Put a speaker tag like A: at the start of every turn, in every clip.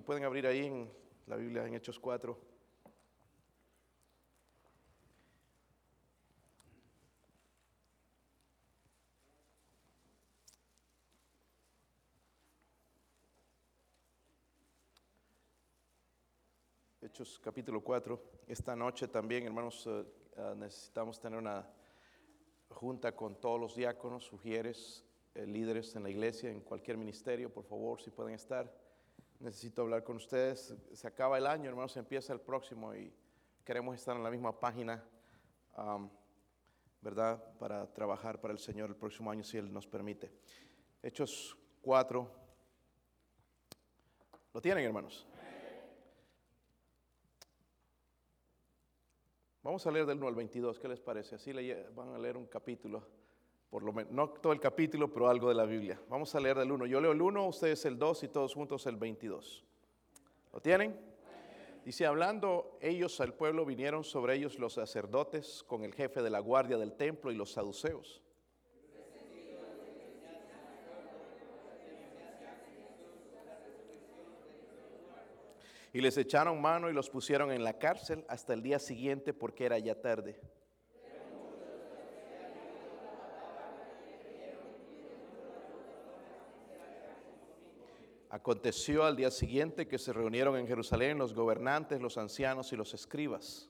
A: pueden abrir ahí en la Biblia, en Hechos 4. Hechos capítulo 4. Esta noche también, hermanos, necesitamos tener una junta con todos los diáconos, sugieres, líderes en la iglesia, en cualquier ministerio. Por favor, si pueden estar. Necesito hablar con ustedes. Se acaba el año, hermanos, empieza el próximo y queremos estar en la misma página, ¿verdad? Para trabajar para el Señor el próximo año, si Él nos permite. Hechos 4. ¿Lo tienen, hermanos? Vamos a leer del 1 al 22, ¿qué les parece? Así van a leer un capítulo, por lo menos, no todo el capítulo, pero algo de la Biblia. Vamos a leer del 1. Yo leo el 1, ustedes el 2 y todos juntos el 22. ¿Lo tienen? Dice, hablando ellos al pueblo, vinieron sobre ellos los sacerdotes con el jefe de la guardia del templo y los saduceos. Y les echaron mano y los pusieron en la cárcel hasta el día siguiente porque era ya tarde. Aconteció al día siguiente que se reunieron en Jerusalén los gobernantes, los ancianos y los escribas.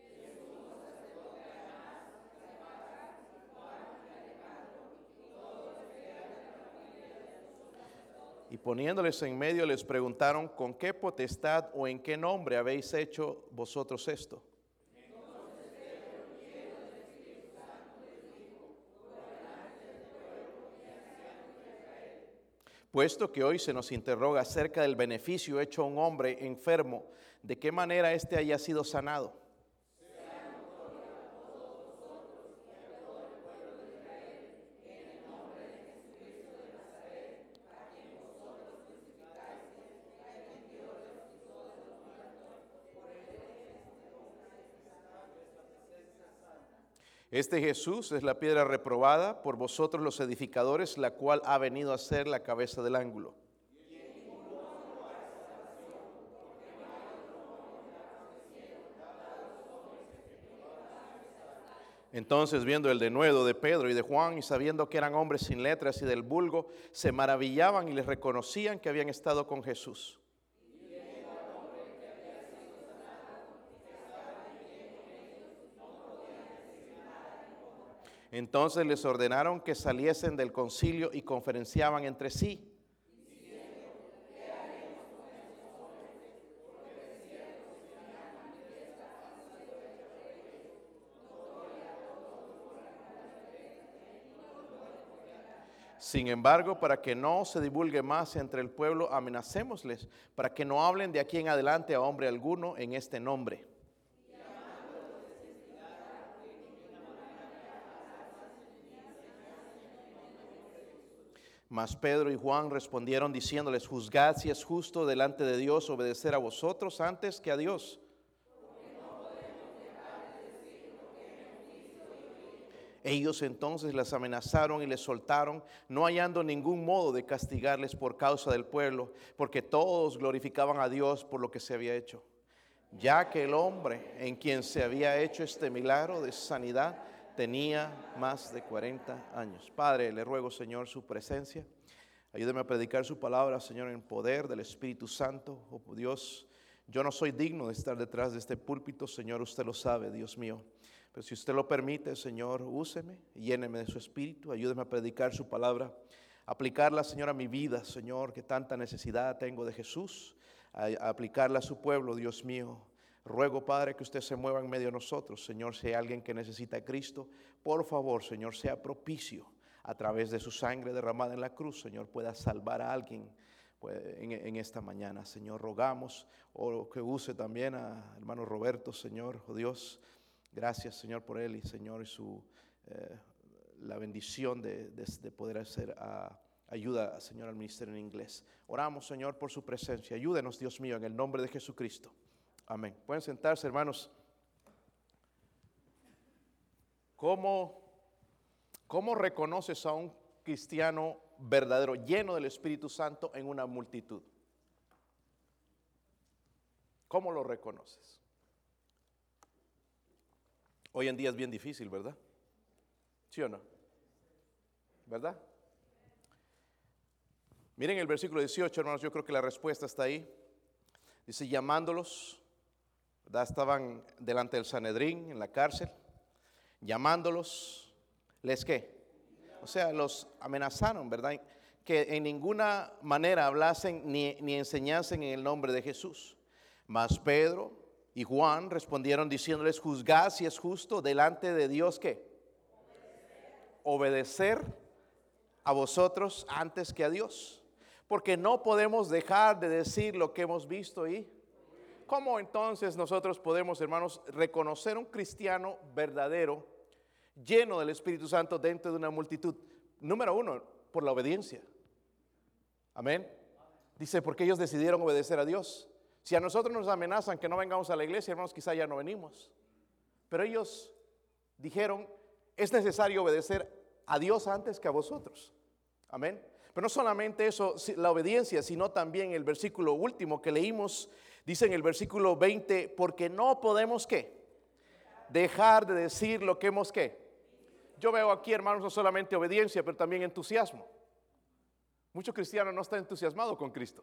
A: Y poniéndoles en medio les preguntaron, ¿con qué potestad o en qué nombre habéis hecho vosotros esto? Puesto que hoy se nos interroga acerca del beneficio hecho a un hombre enfermo, ¿de qué manera éste haya sido sanado? Este Jesús es la piedra reprobada por vosotros los edificadores, la cual ha venido a ser la cabeza del ángulo. Entonces, viendo el denuedo de Pedro y de Juan, y sabiendo que eran hombres sin letras y del vulgo, se maravillaban y les reconocían que habían estado con Jesús. Entonces les ordenaron que saliesen del concilio y conferenciaban entre sí. Sin embargo, para que no se divulgue más entre el pueblo, amenacémosles, para que no hablen de aquí en adelante a hombre alguno en este nombre. Mas Pedro y Juan respondieron diciéndoles, juzgad si es justo delante de Dios obedecer a vosotros antes que a Dios. Ellos entonces las amenazaron y les soltaron, no hallando ningún modo de castigarles por causa del pueblo, porque todos glorificaban a Dios por lo que se había hecho. Ya que el hombre en quien se había hecho este milagro de sanidad tenía más de 40 años. Padre, le ruego, Señor, su presencia. Ayúdeme a predicar su palabra, Señor, en poder del Espíritu Santo. Oh Dios, yo no soy digno de estar detrás de este púlpito, Señor, usted lo sabe, Dios mío. Pero si usted lo permite, Señor, úseme, lléneme de su Espíritu, ayúdeme a predicar su palabra, aplicarla, Señor, a mi vida, Señor, que tanta necesidad tengo de Jesús, a aplicarla a su pueblo, Dios mío. Ruego, Padre, que usted se mueva en medio de nosotros, Señor, si hay alguien que necesita a Cristo, por favor, Señor, sea propicio a través de su sangre derramada en la cruz, Señor, pueda salvar a alguien en esta mañana, Señor. Rogamos que use también a hermano Roberto, Señor, oh Dios. Gracias, Señor, por él y, Señor, la bendición de poder hacer ayuda, Señor, al ministerio en inglés. Oramos, Señor, por su presencia. Ayúdenos, Dios mío, en el nombre de Jesucristo. Amén. Pueden sentarse, hermanos. ¿Cómo reconoces a un cristiano verdadero, lleno del Espíritu Santo en una multitud? ¿Cómo lo reconoces? Hoy en día es bien difícil, ¿verdad? ¿Sí o no? ¿Verdad? Miren el versículo 18, hermanos, yo creo que la respuesta está ahí. Dice, llamándolos, ¿verdad? Estaban delante del Sanedrín, en la cárcel, llamándolos, ¿les qué? O sea, los amenazaron, ¿verdad? Que en ninguna manera hablasen ni enseñasen en el nombre de Jesús. Mas Pedro y Juan respondieron diciéndoles, juzgad si es justo delante de Dios, ¿qué? Obedecer a vosotros antes que a Dios. Porque no podemos dejar de decir lo que hemos visto y ¿cómo entonces nosotros podemos, hermanos, reconocer un cristiano verdadero, lleno del Espíritu Santo dentro de una multitud? Número uno, por la obediencia. Amén. Dice, porque ellos decidieron obedecer a Dios. Si a nosotros nos amenazan que no vengamos a la iglesia, hermanos, quizá ya no venimos. Pero ellos dijeron, es necesario obedecer a Dios antes que a vosotros. Amén. Pero no solamente eso, la obediencia, sino también el versículo último que leímos, dice en el versículo 20, porque no podemos, ¿qué? Dejar de decir lo que hemos, ¿qué? Yo veo aquí, hermanos, no solamente obediencia, pero también entusiasmo. Muchos cristianos no están entusiasmados con Cristo,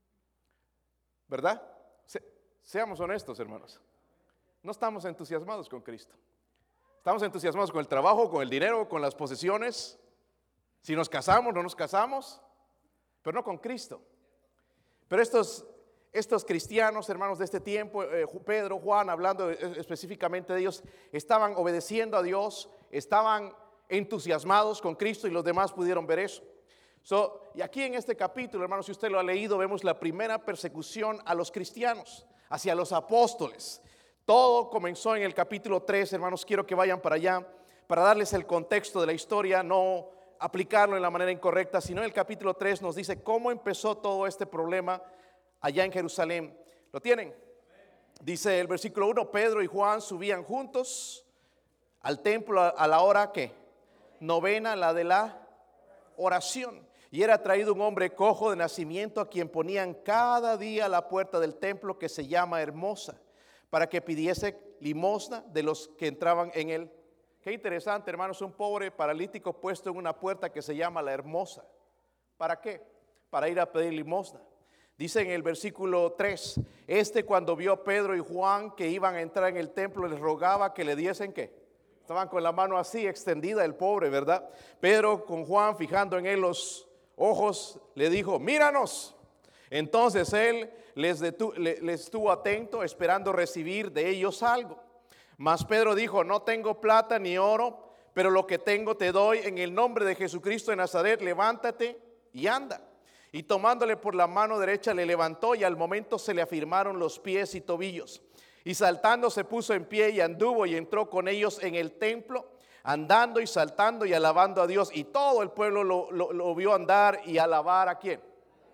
A: ¿verdad? Seamos honestos, hermanos. No estamos entusiasmados con Cristo. Estamos entusiasmados con el trabajo, con el dinero, con las posesiones. Si nos casamos, no nos casamos, pero no con Cristo. Pero estos cristianos, hermanos de este tiempo, Pedro, Juan, hablando específicamente de ellos, estaban obedeciendo a Dios, estaban entusiasmados con Cristo y los demás pudieron ver eso. Y aquí en este capítulo, hermanos, si usted lo ha leído, vemos la primera persecución a los cristianos, hacia los apóstoles. Todo comenzó en el capítulo 3, hermanos, quiero que vayan para allá, para darles el contexto de la historia, no aplicarlo en la manera incorrecta, sino en el capítulo 3 nos dice cómo empezó todo este problema allá en Jerusalén. ¿Lo tienen? Dice el versículo 1, Pedro y Juan subían juntos al templo a la hora, ¿qué? Novena, la de la oración. Y era traído un hombre cojo de nacimiento a quien ponían cada día a la puerta del templo que se llama Hermosa, para que pidiese limosna de los que entraban en él. Qué interesante, hermanos, un pobre paralítico puesto en una puerta que se llama la Hermosa. ¿Para qué? Para ir a pedir limosna. Dice en el versículo 3, cuando vio a Pedro y Juan que iban a entrar en el templo, les rogaba que le diesen ¿qué? Estaban con la mano así extendida, el pobre, ¿verdad? Pedro con Juan, fijando en él los ojos, le dijo, míranos. Entonces él les estuvo atento, esperando recibir de ellos algo. Mas Pedro dijo, no tengo plata ni oro, pero lo que tengo te doy. En el nombre de Jesucristo de Nazaret, levántate y anda. Y tomándole por la mano derecha le levantó, y al momento se le afirmaron los pies y tobillos. Y saltando se puso en pie y anduvo y entró con ellos en el templo, andando y saltando y alabando a Dios. Y todo el pueblo lo vio andar y alabar ¿a quién?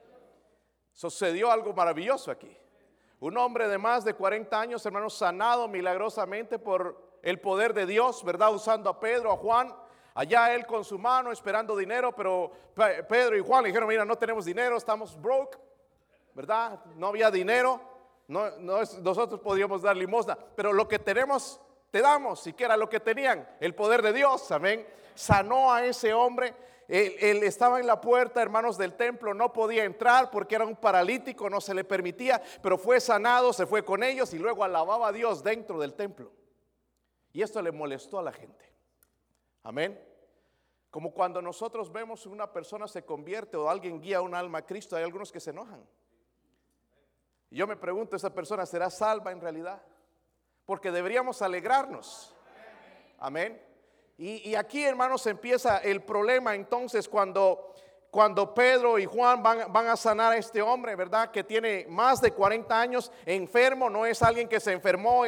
A: Sucedió algo maravilloso aquí. Un hombre de más de 40 años, hermanos, sanado milagrosamente por el poder de Dios, ¿verdad? Usando a Pedro, a Juan. Allá él con su mano esperando dinero, pero Pedro y Juan le dijeron, mira, no tenemos dinero, estamos broke, ¿verdad? No había dinero, nosotros podíamos dar limosna, pero lo que tenemos te damos, siquiera lo que tenían, el poder de Dios, amén. Sanó a ese hombre. Él estaba en la puerta, hermanos, del templo, no podía entrar porque era un paralítico, no se le permitía, pero fue sanado, se fue con ellos y luego alababa a Dios dentro del templo. Y esto le molestó a la gente. Amén. Como cuando nosotros vemos que una persona se convierte o alguien guía un alma a Cristo, hay algunos que se enojan. Y yo me pregunto, ¿esa persona será salva en realidad? Porque deberíamos alegrarnos. Amén. Y aquí, hermanos, empieza el problema entonces cuando Pedro y Juan van a sanar a este hombre, ¿verdad? Que tiene más de 40 años enfermo, no es alguien que se enfermó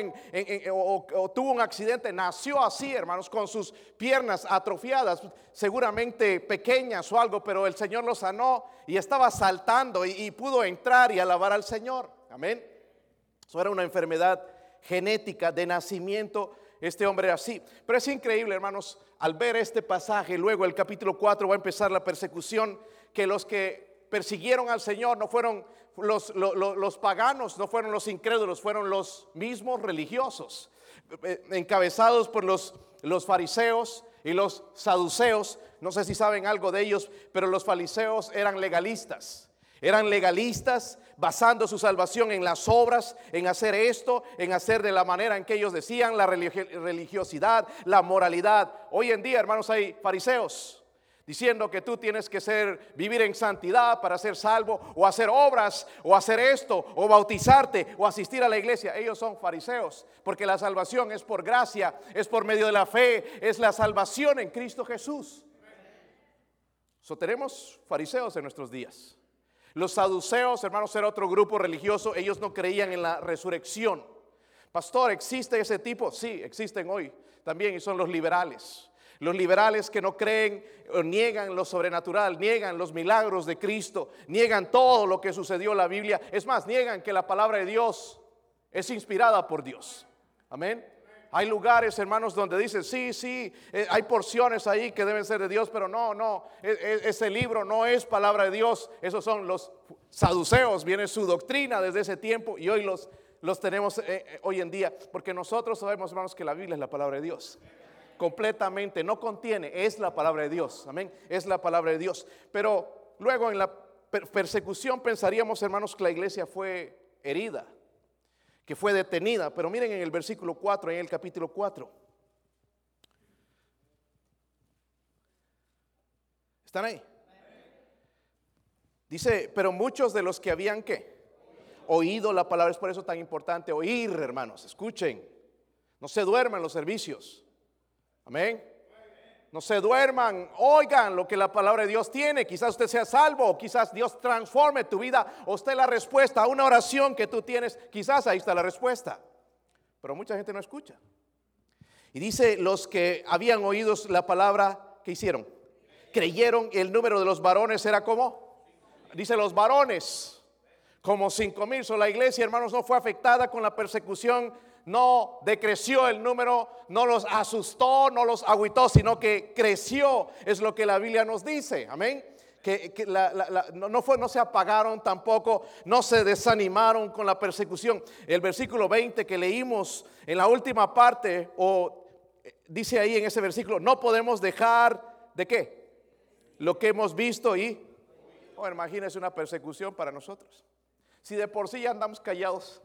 A: o tuvo un accidente, nació así, hermanos, con sus piernas atrofiadas, seguramente pequeñas o algo, pero el Señor lo sanó y estaba saltando y pudo entrar y alabar al Señor, amén. Eso era una enfermedad genética de nacimiento. Este hombre era así. Pero es increíble, hermanos, al ver este pasaje, luego el capítulo 4 va a empezar la persecución, que los que persiguieron al Señor no fueron los paganos, no fueron los incrédulos, fueron los mismos religiosos, encabezados por los fariseos y los saduceos. No sé si saben algo de ellos, pero los fariseos eran legalistas. Eran legalistas basando su salvación en las obras, en hacer esto, en hacer de la manera en que ellos decían, la religiosidad, la moralidad. Hoy en día, hermanos, hay fariseos diciendo que tú tienes que vivir en santidad para ser salvo, o hacer obras, o hacer esto, o bautizarte, o asistir a la iglesia. Ellos son fariseos, porque la salvación es por gracia, es por medio de la fe, es la salvación en Cristo Jesús. Tenemos fariseos en nuestros días. Los saduceos, hermanos, era otro grupo religioso. Ellos no creían en la resurrección. Pastor, ¿existe ese tipo? Sí, existen hoy también, y son los liberales. Los liberales que no creen o niegan lo sobrenatural, niegan los milagros de Cristo, niegan todo lo que sucedió en la Biblia. Es más, niegan que la palabra de Dios es inspirada por Dios. Amén. Hay lugares, hermanos, donde dicen, sí, hay porciones ahí que deben ser de Dios, pero no, ese libro no es palabra de Dios. Esos son los saduceos, viene su doctrina desde ese tiempo, y hoy los tenemos hoy en día, porque nosotros sabemos, hermanos, que la Biblia es la palabra de Dios. Completamente, no contiene, es la palabra de Dios. Amén, es la palabra de Dios. Pero luego en la persecución pensaríamos, hermanos, que la iglesia fue herida, que fue detenida. Pero miren en el versículo 4, en el capítulo 4. ¿Están ahí? Dice, pero muchos de los que habían ¿qué? Oído la palabra. Es por eso tan importante oír, hermanos. Escuchen, no se duerman los servicios. Amén. No se duerman, oigan lo que la palabra de Dios tiene. Quizás usted sea salvo, o quizás Dios transforme tu vida, o usted la respuesta a una oración que tú tienes. Quizás ahí está la respuesta, pero mucha gente no escucha. Y dice, los que habían oído la palabra, ¿qué hicieron? Creyeron. El número de los varones era como, dice los varones, como 5,000. La iglesia, hermanos, no fue afectada con la persecución. No decreció el número, no los asustó, no los agüitó, sino que creció. Es lo que la Biblia nos dice. Amén. Que no se apagaron tampoco, no se desanimaron con la persecución. El versículo 20 que leímos en la última parte, dice ahí en ese versículo, no podemos dejar de ¿qué? Lo que hemos visto imagínense una persecución para nosotros. Si de por sí ya andamos callados.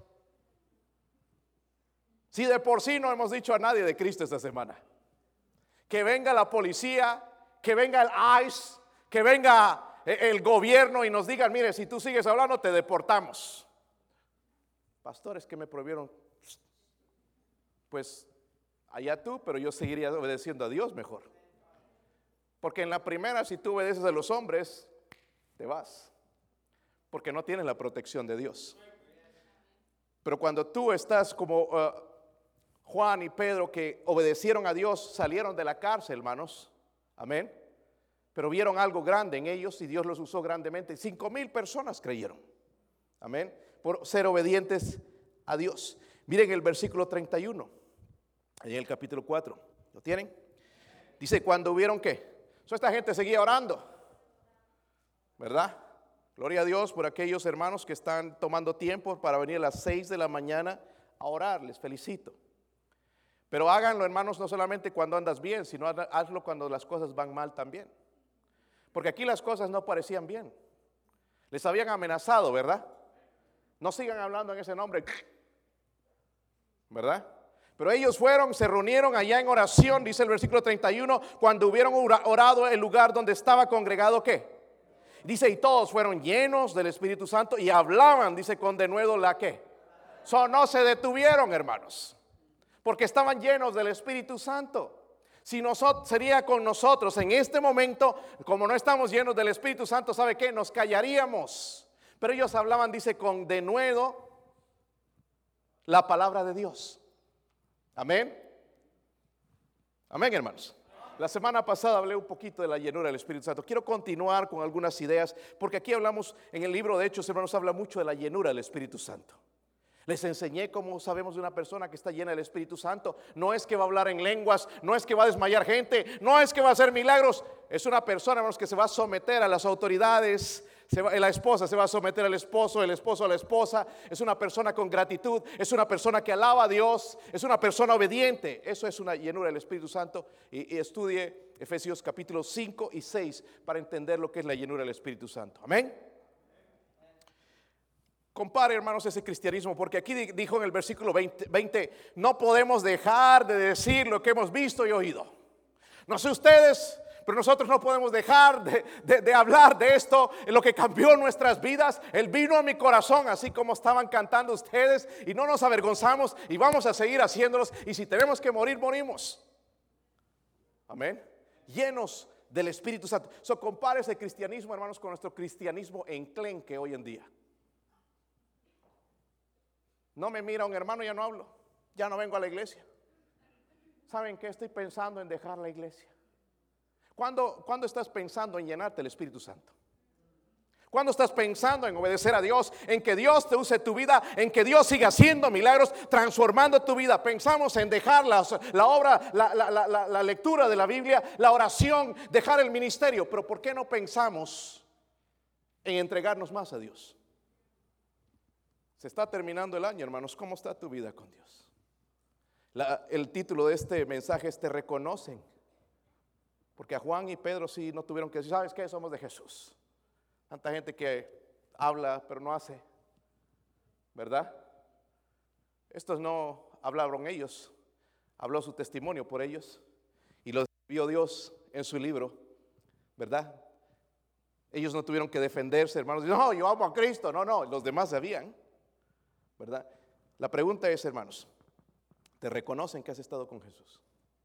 A: Si de por sí no hemos dicho a nadie de Cristo esta semana, que venga la policía, que venga el ICE, que venga el gobierno y nos digan, mire, si tú sigues hablando te deportamos. Pastores que me prohibieron, pues allá tú, pero yo seguiría obedeciendo a Dios mejor. Porque en la primera, si tú obedeces a los hombres, te vas, porque no tienes la protección de Dios. Pero cuando tú estás como Juan y Pedro, que obedecieron a Dios, salieron de la cárcel, hermanos, amén, pero vieron algo grande en ellos y Dios los usó grandemente. 5,000 personas creyeron, amén, por ser obedientes a Dios. Miren el versículo 31, en el capítulo 4, ¿lo tienen? Dice, cuando hubieron ¿qué? Esta gente seguía orando, ¿verdad? Gloria a Dios por aquellos hermanos que están tomando tiempo para venir a las 6 de la mañana a orar, les felicito. Pero háganlo, hermanos, no solamente cuando andas bien, sino hazlo cuando las cosas van mal también. Porque aquí las cosas no parecían bien. Les habían amenazado, ¿verdad? No sigan hablando en ese nombre, ¿verdad? Pero ellos fueron, se reunieron allá en oración, dice el versículo 31, cuando hubieron orado el lugar donde estaba congregado, ¿qué? Dice, y todos fueron llenos del Espíritu Santo y hablaban, dice, con denuedo la ¿qué? No se detuvieron, hermanos, porque estaban llenos del Espíritu Santo. Si sería con nosotros en este momento, como no estamos llenos del Espíritu Santo, ¿sabe qué? Nos callaríamos. Pero ellos hablaban, dice, con denuedo la palabra de Dios. Amén. Amén, hermanos. La semana pasada hablé un poquito de la llenura del Espíritu Santo. Quiero continuar con algunas ideas, porque aquí hablamos, en el libro de Hechos, hermanos, habla mucho de la llenura del Espíritu Santo. Les enseñé cómo sabemos de una persona que está llena del Espíritu Santo. No es que va a hablar en lenguas, no es que va a desmayar gente, no es que va a hacer milagros. Es una persona, hermanos, que se va a someter a las autoridades, La esposa se va a someter al esposo, el esposo a la esposa. Es una persona con gratitud, es una persona que alaba a Dios, es una persona obediente. Eso es una llenura del Espíritu Santo. Y estudie Efesios capítulos 5 y 6 para entender lo que es la llenura del Espíritu Santo. Amén. Compare, hermanos, ese cristianismo, porque aquí dijo en el versículo 20, no podemos dejar de decir lo que hemos visto y oído. No sé ustedes, pero nosotros no podemos dejar de hablar de esto, en lo que cambió nuestras vidas. Él vino a mi corazón, así como estaban cantando ustedes, y no nos avergonzamos y vamos a seguir haciéndolos. Y si tenemos que morir, morimos. Amén. Llenos del Espíritu Santo. Compare ese cristianismo, hermanos, con nuestro cristianismo enclenque hoy en día. No me mira un hermano, ya no hablo, ya no vengo a la iglesia. ¿Saben qué? Estoy pensando en dejar la iglesia. ¿Cuándo estás pensando en llenarte del Espíritu Santo? ¿Cuándo estás pensando en obedecer a Dios? En que Dios te use tu vida, en que Dios siga haciendo milagros, transformando tu vida. Pensamos en dejar la obra, la lectura de la Biblia, la oración, dejar el ministerio. Pero ¿por qué no pensamos en entregarnos más a Dios? Se está terminando el año, hermanos. ¿Cómo está tu vida con Dios? El título de este mensaje es: te reconocen. Porque a Juan y Pedro sí no tuvieron que decir, ¿sabes qué? Somos de Jesús. Tanta gente que habla pero no hace, ¿verdad? Estos no hablaron ellos, habló su testimonio por ellos y lo escribió Dios en su libro, ¿verdad? Ellos no tuvieron que defenderse, hermanos. No, yo amo a Cristo. No, los demás sabían, ¿verdad? La pregunta es, hermanos, ¿te reconocen que has estado con Jesús?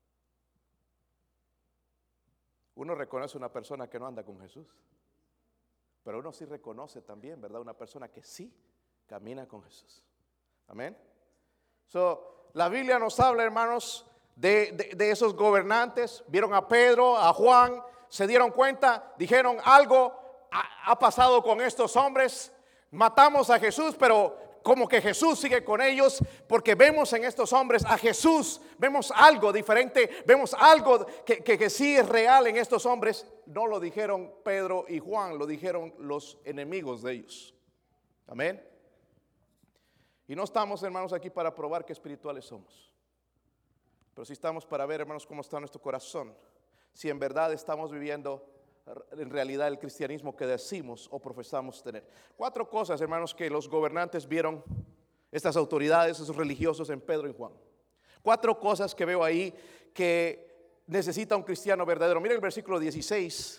A: Uno reconoce una persona que no anda con Jesús, pero uno sí reconoce también, ¿verdad? Una persona que sí camina con Jesús. Amén. La Biblia nos habla, hermanos, de esos gobernantes. Vieron a Pedro, a Juan, se dieron cuenta, dijeron, algo ha pasado con estos hombres. Matamos a Jesús, pero como que Jesús sigue con ellos, porque vemos en estos hombres a Jesús, vemos algo diferente, vemos algo que sí es real en estos hombres. No lo dijeron Pedro y Juan, lo dijeron los enemigos de ellos. Amén. Y no estamos, hermanos, aquí para probar qué espirituales somos, pero sí estamos para ver, hermanos, cómo está nuestro corazón, si en verdad estamos viviendo en realidad el cristianismo que decimos o profesamos tener. 4 cosas, hermanos, que los gobernantes vieron, estas autoridades, esos religiosos, en Pedro y Juan. 4 cosas que veo ahí que necesita un cristiano verdadero. Mira el versículo 16.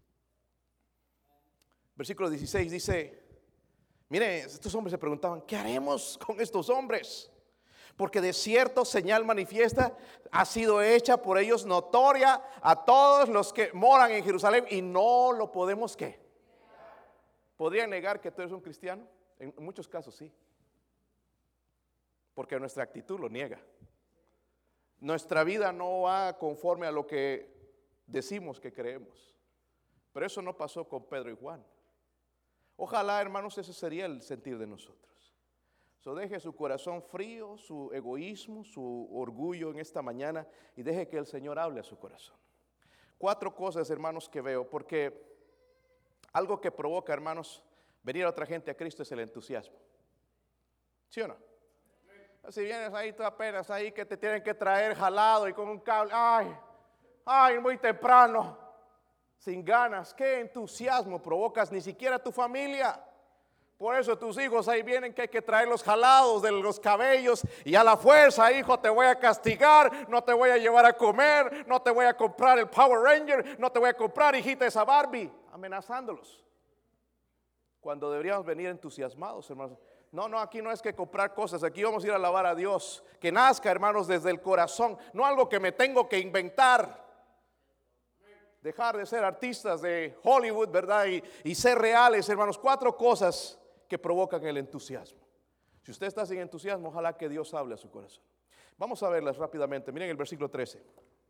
A: Versículo 16 dice, mire, estos hombres se preguntaban, ¿qué haremos con estos hombres? Porque de cierto señal manifiesta ha sido hecha por ellos notoria a todos los que moran en Jerusalén, y no lo podemos, ¿qué? ¿Podrían negar que tú eres un cristiano? En muchos casos sí, porque nuestra actitud lo niega. Nuestra vida no va conforme a lo que decimos que creemos. Pero eso no pasó con Pedro y Juan. Ojalá, hermanos, ese sería el sentir de nosotros. Deje su corazón frío, su egoísmo, su orgullo en esta mañana, y deje que el Señor hable a su corazón. 4 cosas, hermanos, que veo, porque algo que provoca, hermanos, venir a otra gente a Cristo es el entusiasmo. ¿Sí o no? Si vienes ahí tú apenas ahí que te tienen que traer jalado y con un cable, ay, muy temprano, sin ganas, qué entusiasmo provocas, ni siquiera tu familia. Por eso tus hijos ahí vienen que hay que traerlos jalados de los cabellos, y a la fuerza, hijo, te voy a castigar, no te voy a llevar a comer, no te voy a comprar el Power Ranger, no te voy a comprar, hijita, esa Barbie, amenazándolos. Cuando deberíamos venir entusiasmados, hermanos. No, aquí no es que comprar cosas, aquí vamos a ir a alabar a Dios. Que nazca, hermanos, desde el corazón, no algo que me tengo que inventar. Dejar de ser artistas de Hollywood, ¿verdad? Y ser reales, hermanos. 4 cosas que provocan el entusiasmo. Si usted está sin entusiasmo, ojalá que Dios hable a su corazón. Vamos a verlas rápidamente. Miren el versículo 13,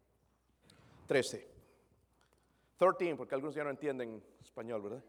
A: porque algunos ya no entienden español, ¿verdad?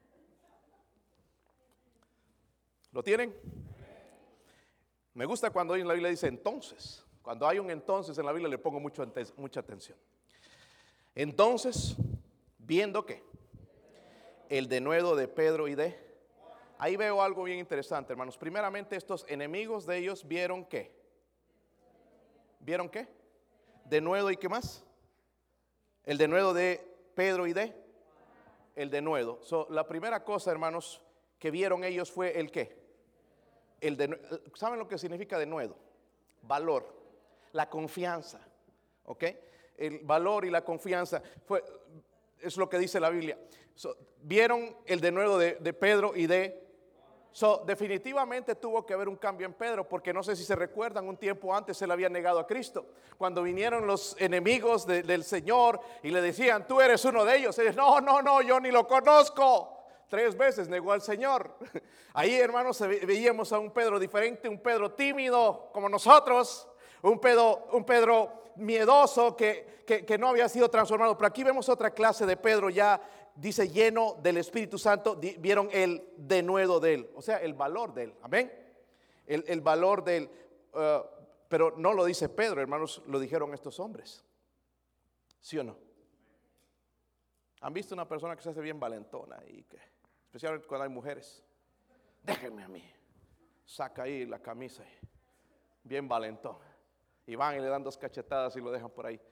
A: ¿Lo tienen? Me gusta cuando en la Biblia dice entonces. Cuando hay un entonces en la Biblia le pongo mucha atención. Entonces, viendo que el denuedo de Pedro y de... Ahí veo algo bien interesante, hermanos. Primeramente, estos enemigos de ellos vieron ¿qué? ¿Vieron qué? Denuedo y ¿qué más? El denuedo de Pedro y de... El denuedo. La primera cosa, hermanos, que vieron ellos fue el ¿qué? ¿Saben lo que significa denuedo? Valor, la confianza, ¿ok? El valor y la confianza es lo que dice la Biblia. Vieron el denuedo de Pedro y de... definitivamente tuvo que haber un cambio en Pedro, porque no sé si se recuerdan, un tiempo antes él había negado a Cristo. Cuando vinieron los enemigos del Señor y le decían, tú eres uno de ellos, él, no, yo ni lo conozco. 3 veces negó al Señor. Ahí, hermanos, veíamos a un Pedro diferente, un Pedro tímido como nosotros, un Pedro miedoso que no había sido transformado. Pero aquí vemos otra clase de Pedro ya, dice, lleno del Espíritu Santo. Vieron el denuedo de él, o sea, el valor de él. Amén. El valor de él. Pero no lo dice Pedro, hermanos, lo dijeron estos hombres. ¿Sí o no? ¿Han visto una persona que se hace bien valentona y que, especialmente cuando hay mujeres? Déjenme a mí. Saca ahí la camisa y bien valentón. Y van y le dan 2 cachetadas y lo dejan por ahí.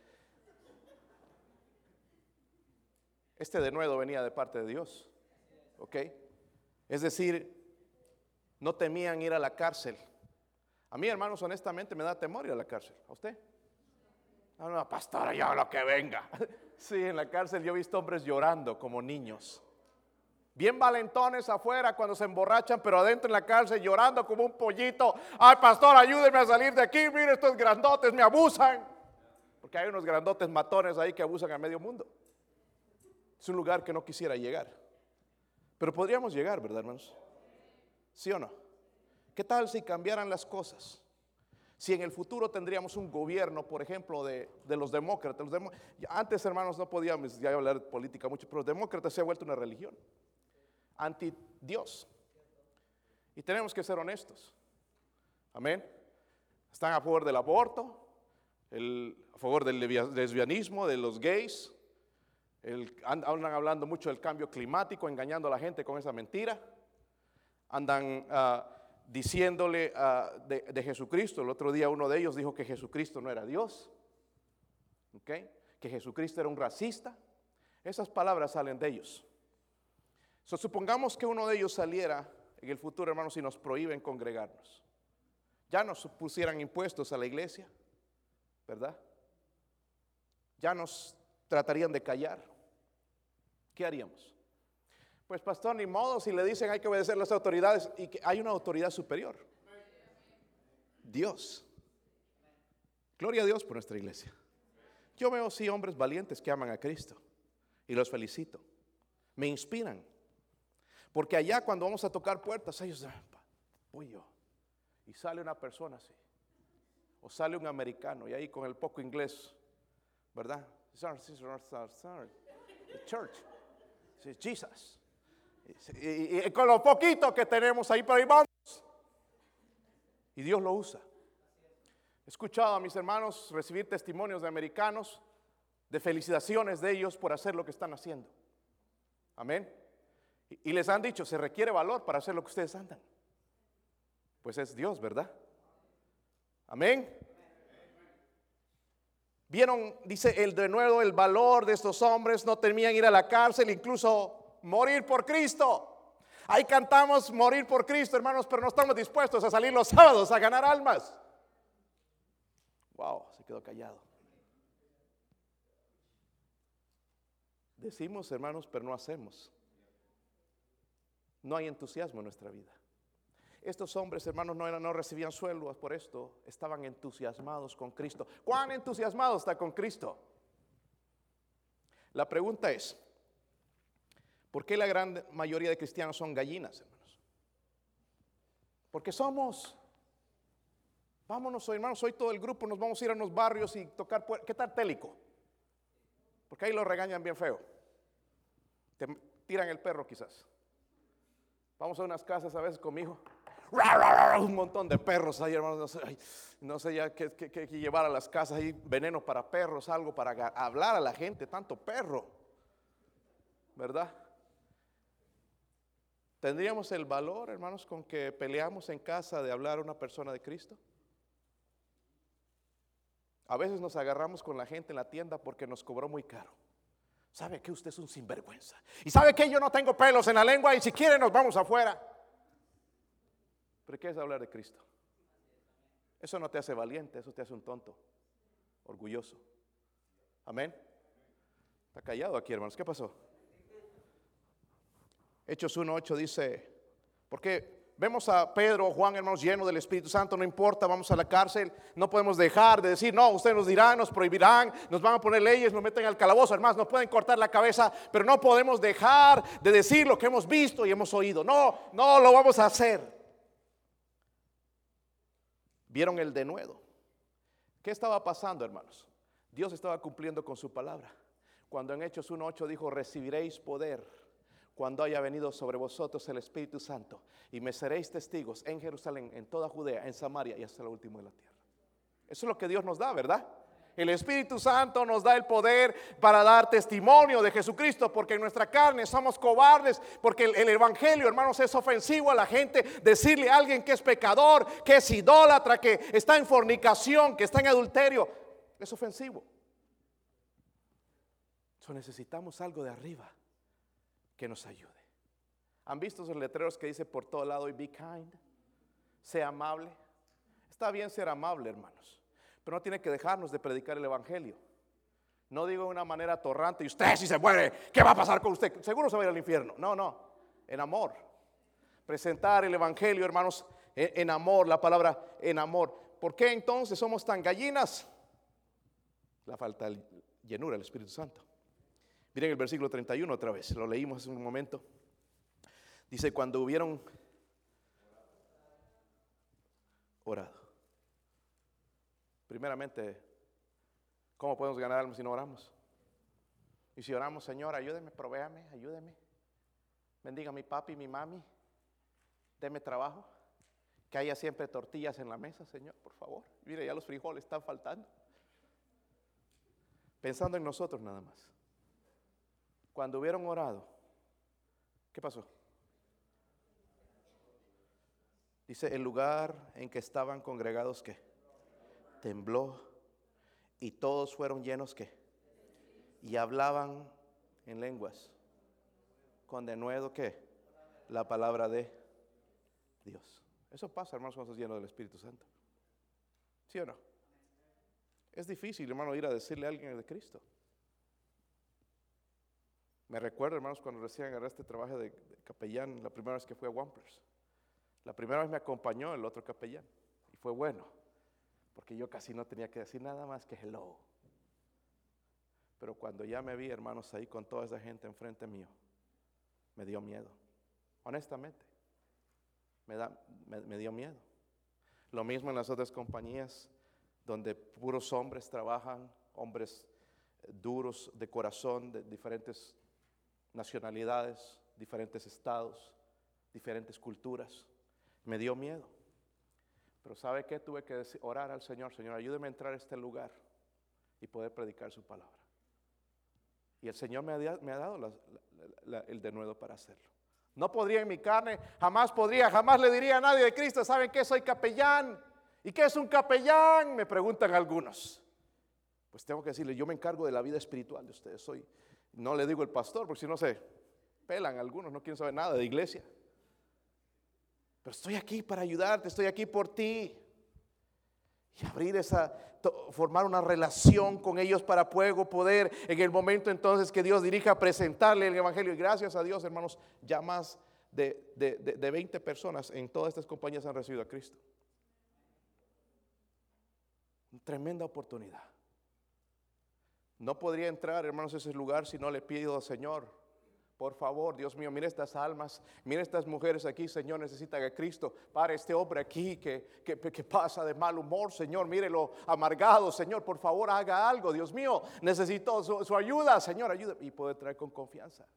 A: Este denuedo venía de parte de Dios, ¿ok? Es decir, no temían ir a la cárcel. A mí, hermanos, honestamente me da temor ir a la cárcel. ¿A usted? No, pastora, ya lo que venga. Sí, en la cárcel yo he visto hombres llorando como niños. Bien valentones afuera cuando se emborrachan, pero adentro en la cárcel llorando como un pollito. Ay, pastor, ayúdeme a salir de aquí. Mire, estos grandotes me abusan. Porque hay unos grandotes matones ahí que abusan a medio mundo. Es un lugar que no quisiera llegar. Pero podríamos llegar, ¿verdad, hermanos? ¿Sí o no? ¿Qué tal si cambiaran las cosas? Si en el futuro tendríamos un gobierno, por ejemplo, de los demócratas. Antes, hermanos, no podíamos ya hablar de política mucho, pero los demócratas se ha vuelto una religión anti Dios. Y tenemos que ser honestos. Amén. Están a favor del aborto, a favor del lesbianismo, de los gays. Andan hablando mucho del cambio climático, engañando a la gente con esa mentira. Andan diciéndole de Jesucristo. El otro día uno de ellos dijo que Jesucristo no era Dios, ¿okay? Que Jesucristo era un racista. Esas palabras salen de ellos. Supongamos que uno de ellos saliera en el futuro, hermanos, y nos prohíben congregarnos. Ya nos pusieran impuestos a la iglesia, ¿verdad? Ya nos tratarían de callar. ¿Qué haríamos? Pues pastor, ni modo, si le dicen hay que obedecer a las autoridades, y que hay una autoridad superior, Dios. Gloria a Dios por nuestra iglesia. Yo veo sí hombres valientes que aman a Cristo y los felicito, me inspiran, porque allá cuando vamos a tocar puertas ellos dicen, voy yo, y sale una persona así, o sale un americano y ahí con el poco inglés, ¿verdad? The church, Jesus. Y con lo poquito que tenemos ahí, pero ahí vamos. Y Dios lo usa. He escuchado a mis hermanos recibir testimonios de americanos, de felicitaciones de ellos por hacer lo que están haciendo. Amén. Y les han dicho, se requiere valor para hacer lo que ustedes andan. Pues es Dios, ¿verdad? Amén. Vieron, dice el denuedo, el valor de estos hombres. No temían ir a la cárcel, incluso morir por Cristo. Ahí cantamos morir por Cristo, hermanos, pero no estamos dispuestos a salir los sábados a ganar almas. Wow, se quedó callado. Decimos, hermanos, pero no hacemos. No hay entusiasmo en nuestra vida. Estos hombres, hermanos, no recibían sueldos por esto. Estaban entusiasmados con Cristo. ¿Cuán entusiasmado está con Cristo? La pregunta es, ¿por qué la gran mayoría de cristianos son gallinas, hermanos? Porque vámonos, hermanos, hoy todo el grupo nos vamos a ir a unos barrios y tocar ¿qué tal Télico? Porque ahí lo regañan bien feo. Te tiran el perro quizás. Vamos a unas casas a veces con mi hijo. Un montón de perros ahí, hermanos. No sé ya qué llevar a las casas ahí. Veneno para perros, algo para hablar a la gente. Tanto perro, ¿verdad? ¿Tendríamos el valor, hermanos, con que peleamos en casa de hablar a una persona de Cristo? A veces nos agarramos con la gente en la tienda porque nos cobró muy caro. ¿Sabe que usted es un sinvergüenza? ¿Y sabe que yo no tengo pelos en la lengua y si quiere nos vamos afuera? ¿Pero qué es hablar de Cristo? Eso no te hace valiente, eso te hace un tonto, orgulloso. Amén. Está callado aquí, hermanos. ¿Qué pasó? Hechos 1:8 dice, porque vemos a Pedro, Juan, hermanos, llenos del Espíritu Santo, no importa, vamos a la cárcel, no podemos dejar de decir, no, ustedes nos dirán, nos prohibirán, nos van a poner leyes, nos meten al calabozo, hermanos, nos pueden cortar la cabeza, pero no podemos dejar de decir lo que hemos visto y hemos oído. No, no lo vamos a hacer. ¿Vieron el denuedo? ¿Qué estaba pasando, hermanos? Dios estaba cumpliendo con su palabra. Cuando en Hechos 1:8 dijo, recibiréis poder cuando haya venido sobre vosotros el Espíritu Santo, y me seréis testigos en Jerusalén, en toda Judea, en Samaria y hasta lo último de la tierra. Eso es lo que Dios nos da, ¿verdad? El Espíritu Santo nos da el poder para dar testimonio de Jesucristo, porque en nuestra carne somos cobardes, porque el Evangelio, hermanos, es ofensivo a la gente. Decirle a alguien que es pecador, que es idólatra, que está en fornicación, que está en adulterio, es ofensivo. Necesitamos algo de arriba que nos ayude. ¿Han visto esos letreros que dice por todo lado, y be kind? Sea amable. Está bien ser amable, hermanos, pero no tiene que dejarnos de predicar el Evangelio. No digo de una manera atorrante, y usted si se muere, ¿qué va a pasar con usted? Seguro se va a ir al infierno. No, en amor. Presentar el Evangelio, hermanos, en amor, la palabra en amor. ¿Por qué entonces somos tan gallinas? La falta de llenura del Espíritu Santo. Miren el versículo 31 otra vez, lo leímos hace un momento. Dice, cuando hubieron orado. Primeramente, ¿cómo podemos ganar almas si no oramos? Y si oramos, Señor, ayúdeme, provéame, ayúdeme. Bendiga a mi papi y mi mami. Deme trabajo. Que haya siempre tortillas en la mesa, Señor, por favor. Mire, ya los frijoles están faltando. Pensando en nosotros nada más. Cuando hubieron orado, ¿qué pasó? Dice, el lugar en que estaban congregados, ¿qué? Tembló, y todos fueron llenos, ¿qué? Y hablaban en lenguas, con denuedo, ¿qué? La palabra de Dios. Eso pasa, hermanos, cuando estás lleno del Espíritu Santo. ¿Sí o no? Es difícil, hermano, ir a decirle a alguien de Cristo. Me recuerdo, hermanos, cuando recién agarré este trabajo de capellán, la primera vez que fui a Wampers. La primera vez me acompañó el otro capellán y fue bueno, porque yo casi no tenía que decir nada más que hello. Pero cuando ya me vi, hermanos, ahí con toda esa gente enfrente mío, me dio miedo. Honestamente, me dio miedo. Lo mismo en las otras compañías donde puros hombres trabajan, hombres duros de corazón, de diferentes nacionalidades, diferentes estados, diferentes culturas. Me dio miedo. Pero ¿sabe qué? Tuve que orar al Señor. Señor, ayúdeme a entrar a este lugar y poder predicar su palabra. Y el Señor me ha dado el denuedo para hacerlo. No podría en mi carne, jamás le diría a nadie de Cristo, ¿saben qué? Soy capellán. ¿Y qué es un capellán? Me preguntan algunos. Pues tengo que decirle, yo me encargo de la vida espiritual de ustedes. No le digo el pastor, porque si no se pelan algunos, no quieren saber nada de iglesia. Pero estoy aquí para ayudarte, estoy aquí por ti. Y abrir formar una relación con ellos para poder en el momento entonces que Dios dirija a presentarle el Evangelio. Y gracias a Dios, hermanos, ya más de 20 personas en todas estas compañías han recibido a Cristo. Una tremenda oportunidad. No podría entrar, hermanos, a ese lugar si no le pido al Señor, por favor, Dios mío, mire estas almas, mire estas mujeres aquí, Señor, necesitan a Cristo. Para este hombre aquí que pasa de mal humor, Señor, mírelo amargado, Señor, por favor, haga algo, Dios mío, necesito su ayuda, Señor, ayuda. Y poder traer con confianza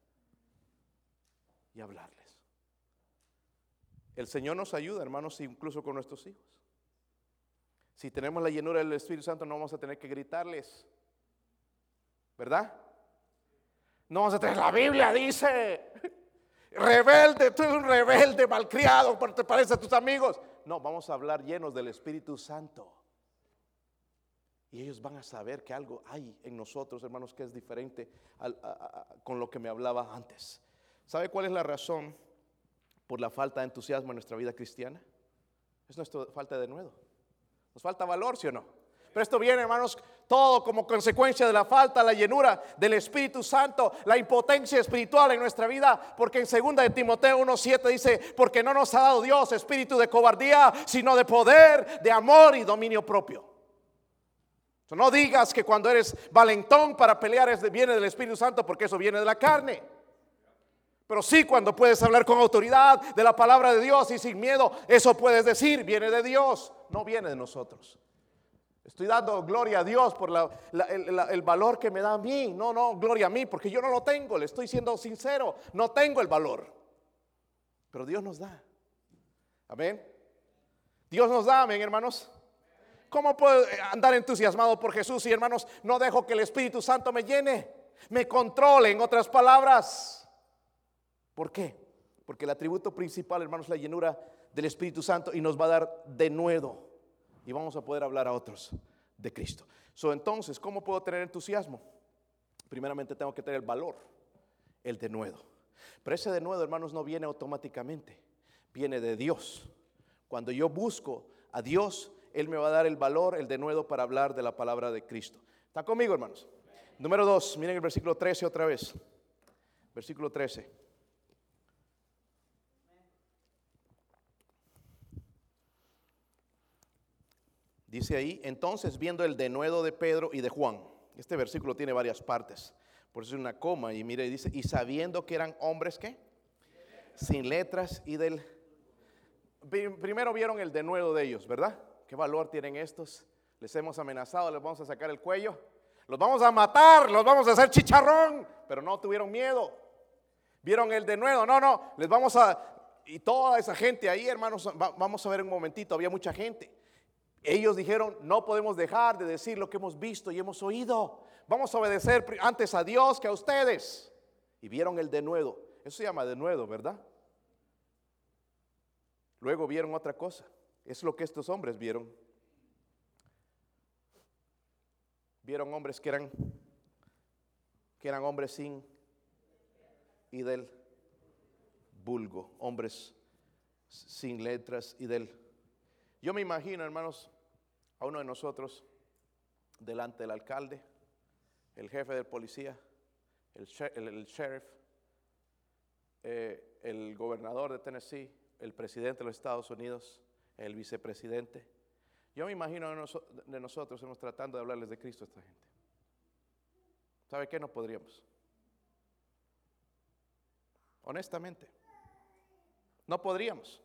A: y hablarles. El Señor nos ayuda, hermanos, incluso con nuestros hijos. Si tenemos la llenura del Espíritu Santo, no vamos a tener que gritarles, ¿verdad? No vamos a tener, la Biblia dice. rebelde, tú eres un rebelde malcriado, pero te parece a tus amigos. No, vamos a hablar llenos del Espíritu Santo. Y ellos van a saber que algo hay en nosotros, hermanos, que es diferente con lo que me hablaba antes. ¿Sabe cuál es la razón por la falta de entusiasmo en nuestra vida cristiana? Es nuestra falta de denuedo. Nos falta valor, ¿sí o no? Pero esto viene, hermanos, todo como consecuencia de la falta, la llenura del Espíritu Santo, la impotencia espiritual en nuestra vida. Porque en 2 de Timoteo 1:7 dice: porque no nos ha dado Dios espíritu de cobardía, sino de poder, de amor y dominio propio. No digas que cuando eres valentón para pelear viene del Espíritu Santo, porque eso viene de la carne. Pero sí, cuando puedes hablar con autoridad de la palabra de Dios y sin miedo, eso puedes decir, viene de Dios, no viene de nosotros. Estoy dando gloria a Dios por el valor que me da a mí. No, gloria a mí, porque yo no lo tengo. Le estoy siendo sincero, no tengo el valor. Pero Dios nos da. Amén. Dios nos da, amén, hermanos. ¿Cómo puedo andar entusiasmado por Jesús si, hermanos, no dejo que el Espíritu Santo me llene, me controle, en otras palabras? ¿Por qué? Porque el atributo principal, hermanos, es la llenura del Espíritu Santo, y nos va a dar denuedo, y vamos a poder hablar a otros de Cristo. Entonces, ¿cómo puedo tener entusiasmo? Primeramente tengo que tener el valor, el denuedo. Pero ese denuedo, hermanos, no viene automáticamente, viene de Dios. Cuando yo busco a Dios, Él me va a dar el valor, el denuedo para hablar de la palabra de Cristo. ¿Están conmigo, hermanos? Número 2, miren el versículo 13 otra vez. Versículo 13. Dice ahí: entonces, viendo el denuedo de Pedro y de Juan. Este versículo tiene varias partes, por eso es una coma. Y mire, dice: y sabiendo que eran hombres, ¿qué? Sin letras y del... Primero vieron el denuedo de ellos, ¿verdad? ¿Qué valor tienen estos? Les hemos amenazado, les vamos a sacar el cuello, los vamos a matar, los vamos a hacer chicharrón. Pero no tuvieron miedo. Vieron el denuedo, no, les vamos a... Y toda esa gente ahí, hermanos, vamos a ver un momentito, había mucha gente. Ellos dijeron: no podemos dejar de decir lo que hemos visto y hemos oído. Vamos a obedecer antes a Dios que a ustedes. Y vieron el denuedo. Eso se llama denuedo, ¿verdad? Luego vieron otra cosa. Es lo que estos hombres vieron. Vieron hombres que eran hombres sin y del vulgo, hombres sin letras y del... Yo me imagino, hermanos, a uno de nosotros delante del alcalde, el jefe de policía, el sheriff, el gobernador de Tennessee, el presidente de los Estados Unidos, el vicepresidente. Yo me imagino de nosotros tratando de hablarles de Cristo a esta gente. ¿Sabe qué? No podríamos. Honestamente, no podríamos.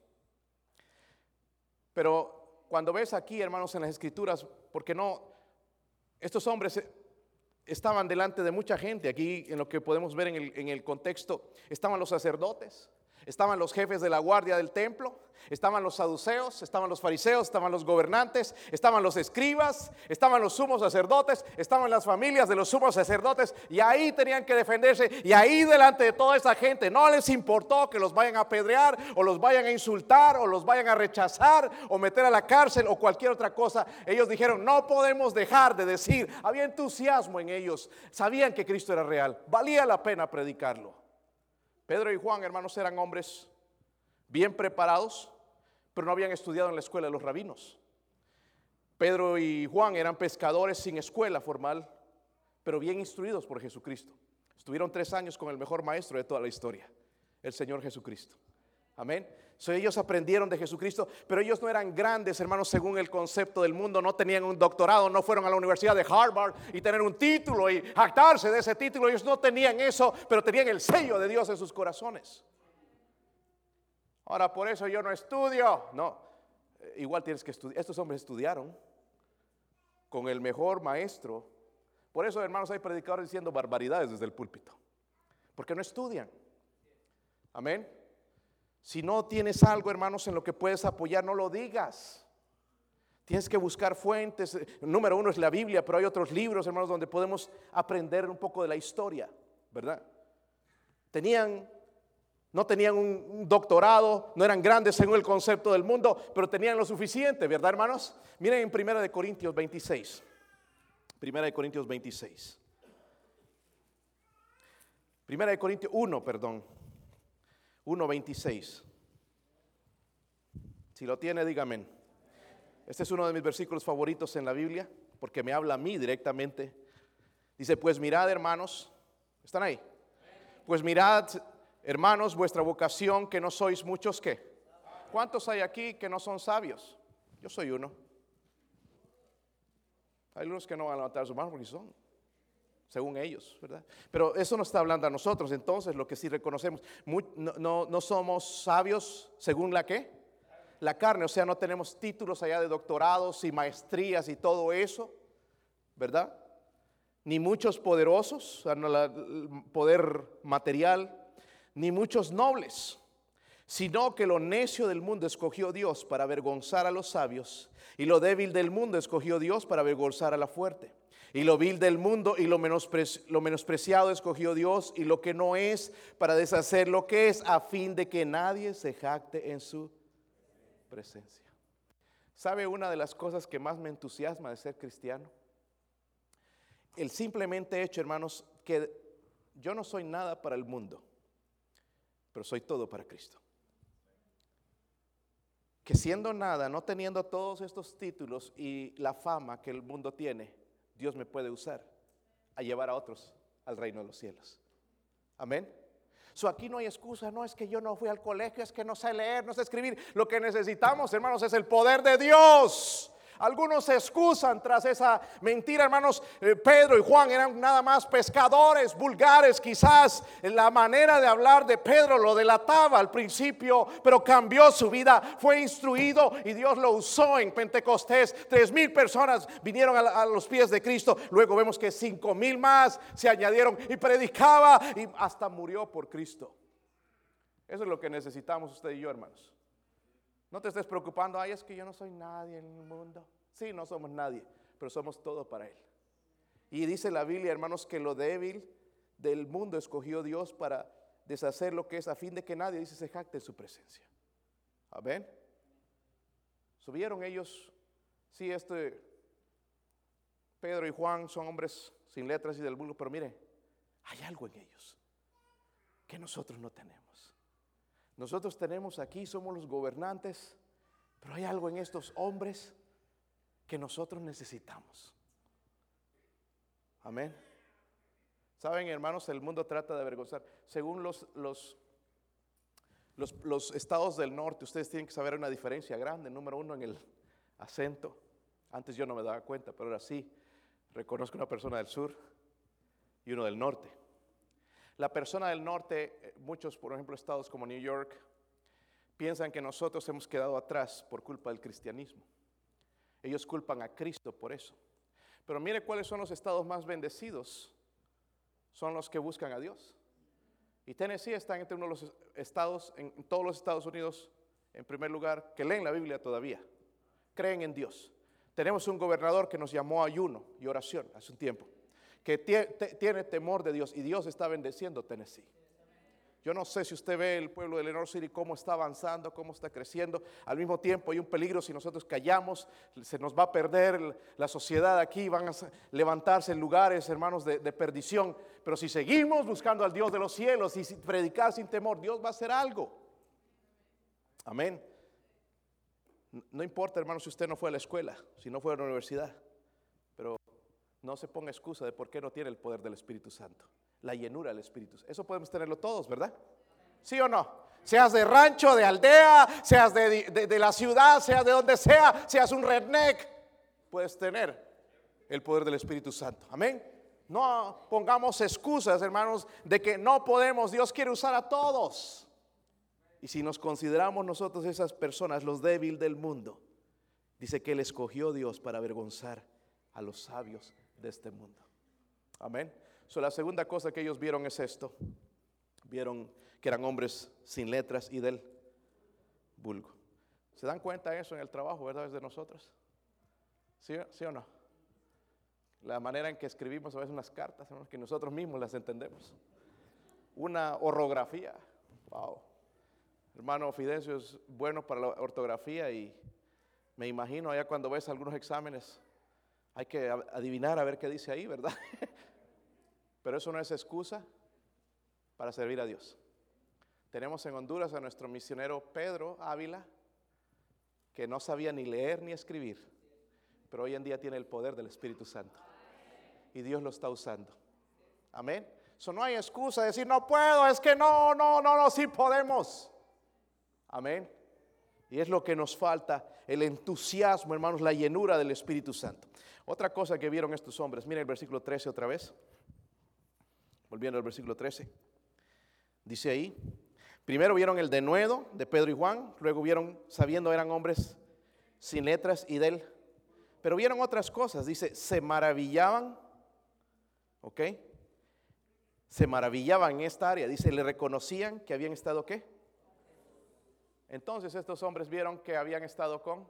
A: Pero cuando ves aquí, hermanos, en las Escrituras, porque no, estos hombres estaban delante de mucha gente. Aquí, en lo que podemos ver en el contexto, estaban los sacerdotes, estaban los jefes de la guardia del templo, estaban los saduceos, estaban los fariseos, estaban los gobernantes, estaban los escribas, estaban los sumos sacerdotes, estaban las familias de los sumos sacerdotes, y ahí tenían que defenderse. Y ahí delante de toda esa gente no les importó que los vayan a apedrear, o los vayan a insultar, o los vayan a rechazar, o meter a la cárcel, o cualquier otra cosa. Ellos dijeron: no podemos dejar de decir. Había entusiasmo en ellos, sabían que Cristo era real, valía la pena predicarlo. Pedro y Juan, hermanos, eran hombres bien preparados, pero no habían estudiado en la escuela de los rabinos. Pedro y Juan eran pescadores sin escuela formal, pero bien instruidos por Jesucristo. Estuvieron 3 años con el mejor maestro de toda la historia, el Señor Jesucristo. Amén. Ellos aprendieron de Jesucristo, pero ellos no eran grandes, hermanos, según el concepto del mundo. No tenían un doctorado, no fueron a la Universidad de Harvard y tener un título y jactarse de ese título. Ellos no tenían eso, pero tenían el sello de Dios en sus corazones. Ahora, por eso yo no estudio. No, igual tienes que estudiar. Estos hombres estudiaron con el mejor maestro. Por eso, hermanos, hay predicadores diciendo barbaridades desde el púlpito, porque no estudian. Amén. Si no tienes algo, hermanos, en lo que puedes apoyar, no lo digas. Tienes que buscar fuentes. Número 1 es la Biblia, pero hay otros libros, hermanos, donde podemos aprender un poco de la historia, ¿verdad? Tenían No tenían un doctorado, no eran grandes según el concepto del mundo, pero tenían lo suficiente, ¿verdad, hermanos? Miren en 1 Corintios 26. 1 Corintios 26. 1 Corintios 1, perdón. 1:26. Si lo tiene, dígame. Este es uno de mis versículos favoritos en la Biblia, porque me habla a mí directamente. Dice, pues mirad, hermanos, ¿están ahí? Pues mirad, hermanos, vuestra vocación, que no sois muchos, ¿qué? ¿Cuántos hay aquí que no son sabios? Yo soy uno. Hay unos que no van a levantar su mano porque son, según ellos, ¿verdad? Pero eso no está hablando a nosotros. Entonces, lo que sí reconocemos, no somos sabios según la ¿qué? La carne. O sea, no tenemos títulos allá de doctorados y maestrías y todo eso, ¿verdad? Ni muchos poderosos, o sea, no el poder material, ni muchos nobles, sino que lo necio del mundo escogió Dios para avergonzar a los sabios, y lo débil del mundo escogió Dios para avergonzar a la fuerte. Y lo vil del mundo y lo menospreciado escogió Dios, y lo que no es para deshacer lo que es, a fin de que nadie se jacte en su presencia. ¿Sabe una de las cosas que más me entusiasma de ser cristiano? El simplemente hecho, hermanos, que yo no soy nada para el mundo, pero soy todo para Cristo. Que siendo nada, no teniendo todos estos títulos y la fama que el mundo tiene, Dios me puede usar a llevar a otros al reino de los cielos. Amén. Aquí no hay excusa, no es que yo no fui al colegio, es que no sé leer, no sé escribir. Lo que necesitamos, hermanos, es el poder de Dios. Algunos se excusan tras esa mentira, hermanos. Pedro y Juan eran nada más pescadores vulgares. Quizás la manera de hablar de Pedro lo delataba al principio, pero cambió su vida, fue instruido y Dios lo usó en Pentecostés. 3,000 personas vinieron a los pies de Cristo. Luego vemos que 5,000 más se añadieron y predicaba y hasta murió por Cristo. Eso es lo que necesitamos usted y yo, hermanos. No te estés preocupando, ay, es que yo no soy nadie en el mundo. Sí, no somos nadie, pero somos todo para Él. Y dice la Biblia, hermanos, que lo débil del mundo escogió Dios para deshacer lo que es, a fin de que nadie, dice, se jacte en su presencia. Amén. Subieron ellos, sí, Pedro y Juan son hombres sin letras y del vulgo, pero mire, hay algo en ellos que nosotros no tenemos. Nosotros tenemos aquí, somos los gobernantes, pero hay algo en estos hombres que nosotros necesitamos. Amén. Saben, hermanos, el mundo trata de avergonzar. Según los estados del norte, ustedes tienen que saber una diferencia grande. Número uno, en el acento. Antes yo no me daba cuenta, pero ahora sí. Reconozco una persona del sur y uno del norte. La persona del norte, muchos, por ejemplo, estados como New York, piensan que nosotros hemos quedado atrás por culpa del cristianismo. Ellos culpan a Cristo por eso. Pero mire cuáles son los estados más bendecidos. Son los que buscan a Dios. Y Tennessee está entre uno de los estados, en todos los Estados Unidos, en primer lugar, que leen la Biblia todavía. Creen en Dios. Tenemos un gobernador que nos llamó a ayuno y oración hace un tiempo, que tiene temor de Dios, y Dios está bendeciendo Tennessee. Yo no sé si usted ve el pueblo de Lenore City, cómo está avanzando, cómo está creciendo. Al mismo tiempo hay un peligro: si nosotros callamos, se nos va a perder la sociedad aquí, van a levantarse lugares, hermanos, de perdición. Pero si seguimos buscando al Dios de los cielos y predicar sin temor, Dios va a hacer algo. Amén. No importa, hermanos, si usted no fue a la escuela, si no fue a la universidad, pero no se ponga excusa de por qué no tiene el poder del Espíritu Santo, la llenura del Espíritu. Eso podemos tenerlo todos, ¿verdad? ¿Sí o no? Seas de rancho, de aldea, seas de la ciudad, seas de donde sea, seas un redneck, puedes tener el poder del Espíritu Santo. Amén. No pongamos excusas, hermanos, de que no podemos. Dios quiere usar a todos. Y si nos consideramos nosotros esas personas, los débiles del mundo, dice que Él escogió Dios para avergonzar a los sabios de este mundo. Amén. La segunda cosa que ellos vieron es esto. Vieron que eran hombres sin letras y del vulgo. ¿Se dan cuenta de eso en el trabajo, verdad? Es de nosotros. ¿Sí o no? La manera en que escribimos a veces unas cartas, que nosotros mismos las entendemos. Una orografía. Wow. Hermano Fidencio es bueno para la ortografía y me imagino allá cuando ves algunos exámenes hay que adivinar a ver qué dice ahí, ¿verdad? Pero eso no es excusa para servir a Dios. Tenemos en Honduras a nuestro misionero Pedro Ávila, que no sabía ni leer ni escribir, pero hoy en día tiene el poder del Espíritu Santo y Dios lo está usando. Amén. Eso no hay excusa de decir no puedo, es que no, sí podemos. Amén. Y es lo que nos falta, el entusiasmo, hermanos, la llenura del Espíritu Santo. Otra cosa que vieron estos hombres, miren el versículo 13 otra vez. Volviendo al versículo 13. Dice ahí, primero vieron el denuedo de Pedro y Juan, luego vieron, sabiendo eran hombres sin letras y del, pero vieron otras cosas, dice, se maravillaban, ¿ok? Se maravillaban en esta área, dice, le reconocían que habían estado, ¿qué? Entonces estos hombres vieron que habían estado con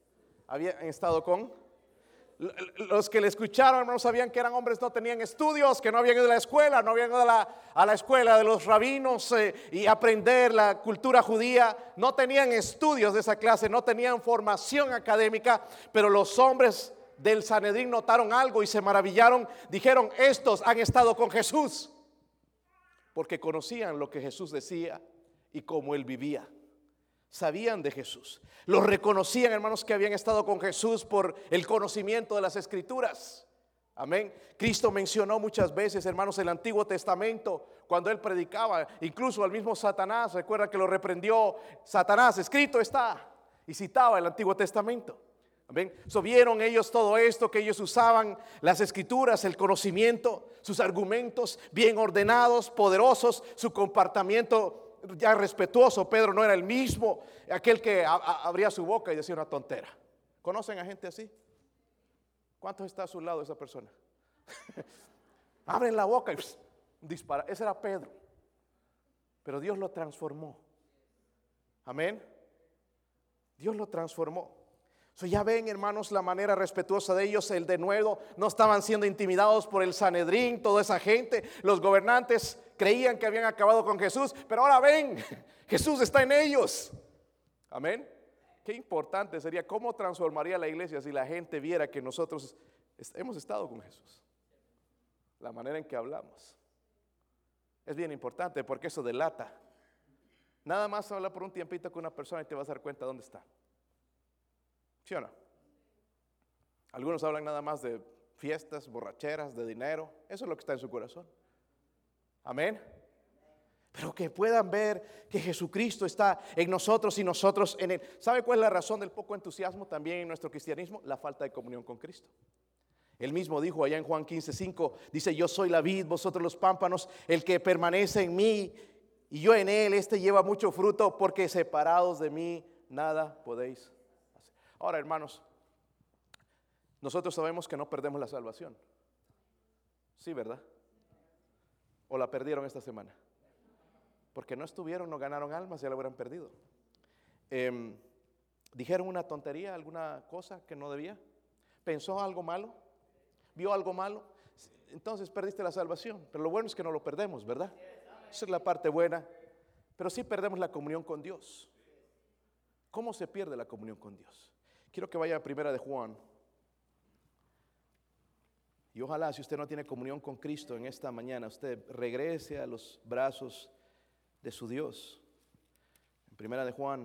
A: los que le escucharon, hermanos, sabían que eran hombres, no tenían estudios, que no habían ido a la escuela, no habían ido a la escuela de los rabinos y aprender la cultura judía, no tenían estudios de esa clase, no tenían formación académica, pero los hombres del Sanedrín notaron algo y se maravillaron, dijeron, estos han estado con Jesús, porque conocían lo que Jesús decía y cómo él vivía. Sabían de Jesús, los reconocían, hermanos, que habían estado con Jesús por el conocimiento de las Escrituras. Amén. Cristo mencionó muchas veces, hermanos, el Antiguo Testamento cuando él predicaba, incluso al mismo Satanás. Recuerda que lo reprendió Satanás, escrito está, y citaba el Antiguo Testamento. Amén. Vieron ellos todo esto, que ellos usaban las Escrituras, el conocimiento, sus argumentos bien ordenados, poderosos, su comportamiento ya respetuoso. Pedro no era el mismo, aquel que abría su boca y decía una tontera. ¿Conocen a gente así? ¿Cuántos está a su lado esa persona? Abren la boca y dispara. Ese era Pedro, pero Dios lo transformó. Amén. Dios lo transformó. Ya ven, hermanos, la manera respetuosa de ellos, el denuedo, no estaban siendo intimidados por el Sanedrín, toda esa gente. Los gobernantes creían que habían acabado con Jesús, pero ahora ven, Jesús está en ellos. Amén. Qué importante sería, cómo transformaría la iglesia si la gente viera que nosotros hemos estado con Jesús. La manera en que hablamos es bien importante, porque eso delata. Nada más habla por un tiempito con una persona y te vas a dar cuenta dónde está. ¿Sí o no? Algunos hablan nada más de fiestas, borracheras, de dinero. Eso es lo que está en su corazón. Amén. Pero que puedan ver que Jesucristo está en nosotros y nosotros en Él. ¿Sabe cuál es la razón del poco entusiasmo también en nuestro cristianismo? La falta de comunión con Cristo. Él mismo dijo allá en Juan 15:5, dice, yo soy la vid, vosotros los pámpanos, el que permanece en mí y yo en él, este lleva mucho fruto, porque separados de mí nada podéis hacer. Ahora, hermanos, nosotros sabemos que no perdemos la salvación. Sí, ¿verdad? ¿O la perdieron esta semana? Porque no estuvieron, no ganaron almas, ya la hubieran perdido. ¿Dijeron una tontería, alguna cosa que no debía? ¿Pensó algo malo? ¿Vio algo malo? Entonces perdiste la salvación. Pero lo bueno es que no lo perdemos, ¿verdad? Esa es la parte buena. Pero sí perdemos la comunión con Dios. ¿Cómo se pierde la comunión con Dios? Quiero que vaya a Primera de Juan. Y ojalá, si usted no tiene comunión con Cristo en esta mañana, usted regrese a los brazos de su Dios. En Primera de Juan,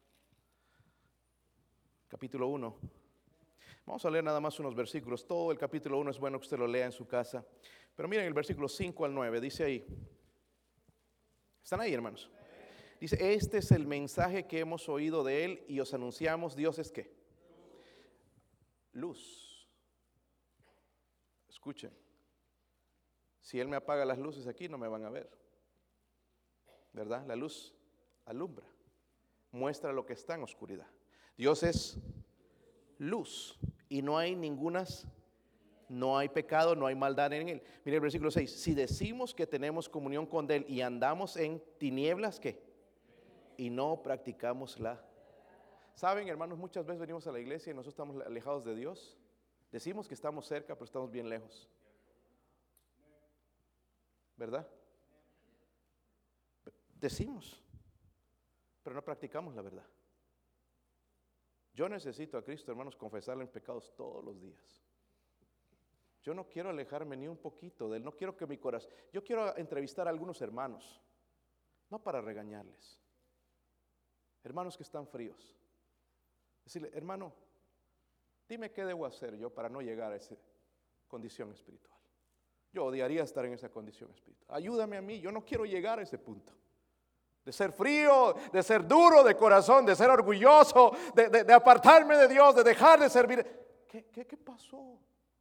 A: capítulo 1. Vamos a leer nada más unos versículos. Todo el capítulo 1 es bueno que usted lo lea en su casa. Pero miren el versículo 5 al 9, dice ahí. ¿Están ahí, hermanos? Dice, este es el mensaje que hemos oído de Él y os anunciamos. Dios es ¿qué? Luz. Escuchen, si Él me apaga las luces aquí no me van a ver, ¿verdad? La luz alumbra, muestra lo que está en oscuridad. Dios es luz y no hay no hay pecado, no hay maldad en Él. Mire el versículo 6, si decimos que tenemos comunión con Él y andamos en tinieblas, ¿qué? Y no practicamos la. Saben, hermanos, muchas veces venimos a la iglesia y nosotros estamos alejados de Dios. Decimos que estamos cerca, pero estamos bien lejos, ¿verdad? Decimos, pero no practicamos la verdad. Yo necesito a Cristo, hermanos, confesarle mis pecados todos los días. Yo no quiero alejarme ni un poquito de Él. No quiero que mi corazón... Yo quiero entrevistar a algunos hermanos, no para regañarles. Hermanos que están fríos. Decirle, hermano, dime qué debo hacer yo para no llegar a esa condición espiritual. Yo odiaría estar en esa condición espiritual. Ayúdame a mí, yo no quiero llegar a ese punto. De ser frío, de ser duro de corazón, de ser orgulloso, de apartarme de Dios, de dejar de servir. ¿Qué pasó?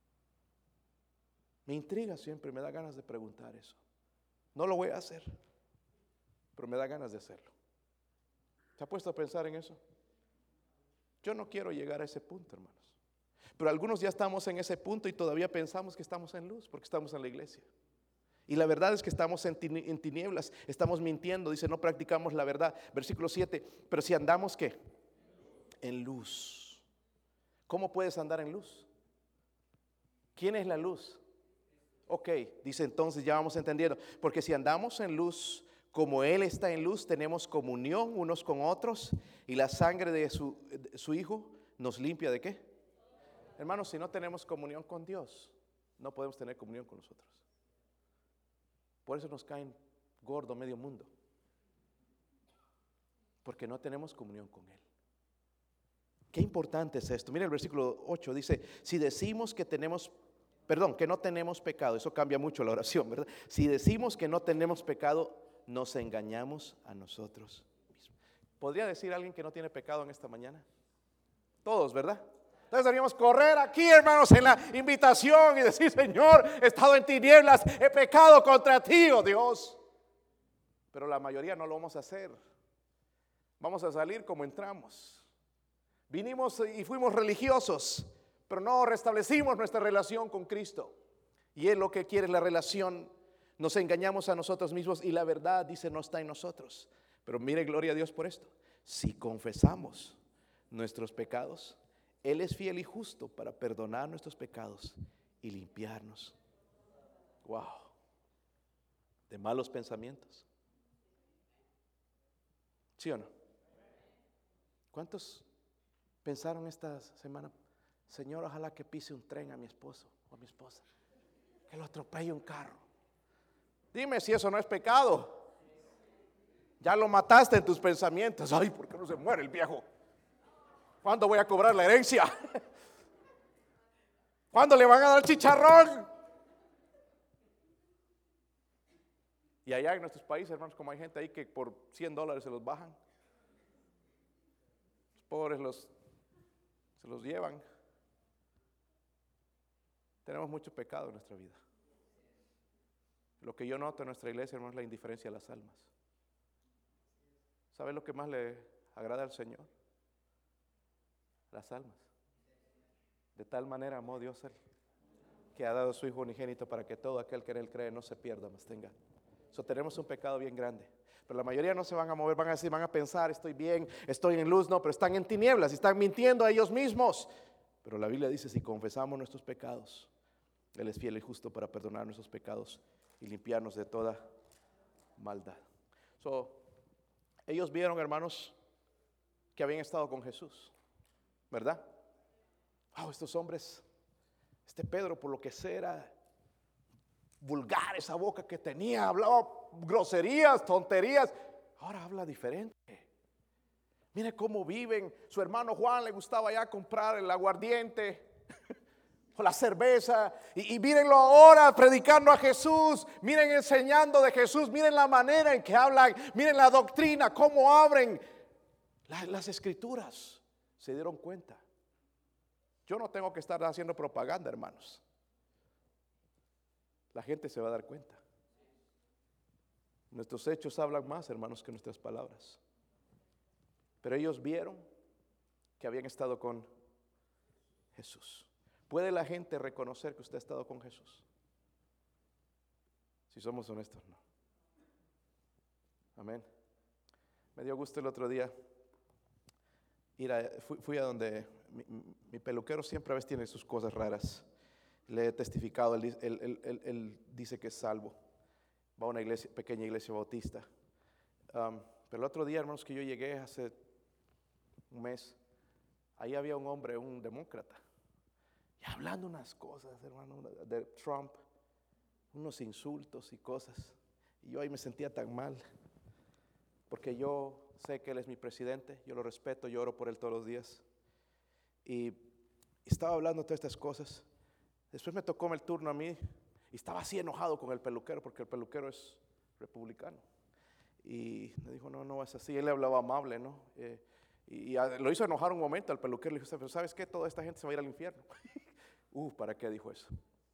A: Me intriga siempre, me da ganas de preguntar eso. No lo voy a hacer, pero me da ganas de hacerlo. ¿Se ha puesto a pensar en eso? Yo no quiero llegar a ese punto, hermanos. Pero algunos ya estamos en ese punto y todavía pensamos que estamos en luz porque estamos en la iglesia. Y la verdad es que estamos en tinieblas, estamos mintiendo, dice, no practicamos la verdad. Versículo 7, pero si andamos, ¿qué? En luz. ¿Cómo puedes andar en luz? ¿Quién es la luz? Ok, dice entonces, ya vamos entendiendo. Porque si andamos en luz, como Él está en luz, tenemos comunión unos con otros. Y la sangre de su Hijo nos limpia ¿de qué? Hermanos, si no tenemos comunión con Dios, no podemos tener comunión con nosotros. Por eso nos caen gordo medio mundo. Porque no tenemos comunión con Él. Qué importante es esto. Mira el versículo 8, dice, si decimos que no tenemos pecado, eso cambia mucho la oración, ¿verdad? Si decimos que no tenemos pecado, nos engañamos a nosotros mismos. ¿Podría decir alguien que no tiene pecado en esta mañana? Todos, ¿verdad? Entonces deberíamos correr aquí, hermanos, en la invitación y decir, Señor, he estado en tinieblas, he pecado contra ti, oh Dios. Pero la mayoría no lo vamos a hacer. Vamos a salir como entramos. Vinimos y fuimos religiosos, pero no restablecimos nuestra relación con Cristo. Y Él lo que quiere es la relación. Nos engañamos a nosotros mismos y la verdad, dice, no está en nosotros. Pero mire, gloria a Dios por esto. Si confesamos nuestros pecados, Él es fiel y justo para perdonar nuestros pecados y limpiarnos. Wow. De malos pensamientos. ¿Sí o no? ¿Cuántos pensaron esta semana, Señor, ojalá que pise un tren a mi esposo o a mi esposa, que lo atropelle un carro? Dime si eso no es pecado. Ya lo mataste en tus pensamientos. Ay, ¿por qué no se muere el viejo? ¿Cuándo voy a cobrar la herencia? ¿Cuándo le van a dar chicharrón? Y allá en nuestros países, hermanos, como hay gente ahí que por $100 se los bajan. Los pobres se los llevan. Tenemos mucho pecado en nuestra vida. Lo que yo noto en nuestra iglesia, hermanos, es la indiferencia a las almas. ¿Sabe lo que más le agrada al Señor? Las almas. De tal manera amó Dios a Él, que ha dado a su Hijo unigénito para que todo aquel que en Él cree no se pierda, mas tenga. Tenemos un pecado bien grande. Pero la mayoría no se van a mover, van a decir, van a pensar, estoy bien, estoy en luz. No, pero están en tinieblas y están mintiendo a ellos mismos. Pero la Biblia dice, si confesamos nuestros pecados, Él es fiel y justo para perdonar nuestros pecados y limpiarnos de toda maldad. Ellos vieron, hermanos, que habían estado con Jesús, ¿verdad? Estos hombres, este Pedro, por lo que sea, era vulgar, esa boca que tenía, hablaba groserías, tonterías. Ahora habla diferente. Mire cómo viven. Su hermano Juan le gustaba ya comprar el aguardiente o la cerveza. Y mírenlo ahora predicando a Jesús. Miren enseñando de Jesús. Miren la manera en que hablan. Miren la doctrina, cómo abren las escrituras. Se dieron cuenta. Yo no tengo que estar haciendo propaganda, hermanos. La gente se va a dar cuenta. Nuestros hechos hablan más, hermanos, que nuestras palabras. Pero ellos vieron que habían estado con Jesús. ¿Puede la gente reconocer que usted ha estado con Jesús? Si somos honestos, no. Amén. Me dio gusto el otro día fui a donde mi peluquero siempre a veces tiene sus cosas raras. Le he testificado, él dice que es salvo. Va a una iglesia, pequeña iglesia bautista. Pero el otro día, hermanos, que yo llegué hace un mes, ahí había un hombre, un demócrata, y hablando unas cosas, hermano, de Trump, unos insultos y cosas. Y yo ahí me sentía tan mal, porque yo sé que él es mi presidente, yo lo respeto, yo oro por él todos los días. Y estaba hablando todas estas cosas. Después me tocó el turno a mí, y estaba así enojado con el peluquero, porque el peluquero es republicano. Y me dijo, no es así. Él le hablaba amable, ¿no? Lo hizo enojar un momento al peluquero. Le dijo, pero ¿sabes qué? Toda esta gente se va a ir al infierno. ¿Para qué dijo eso?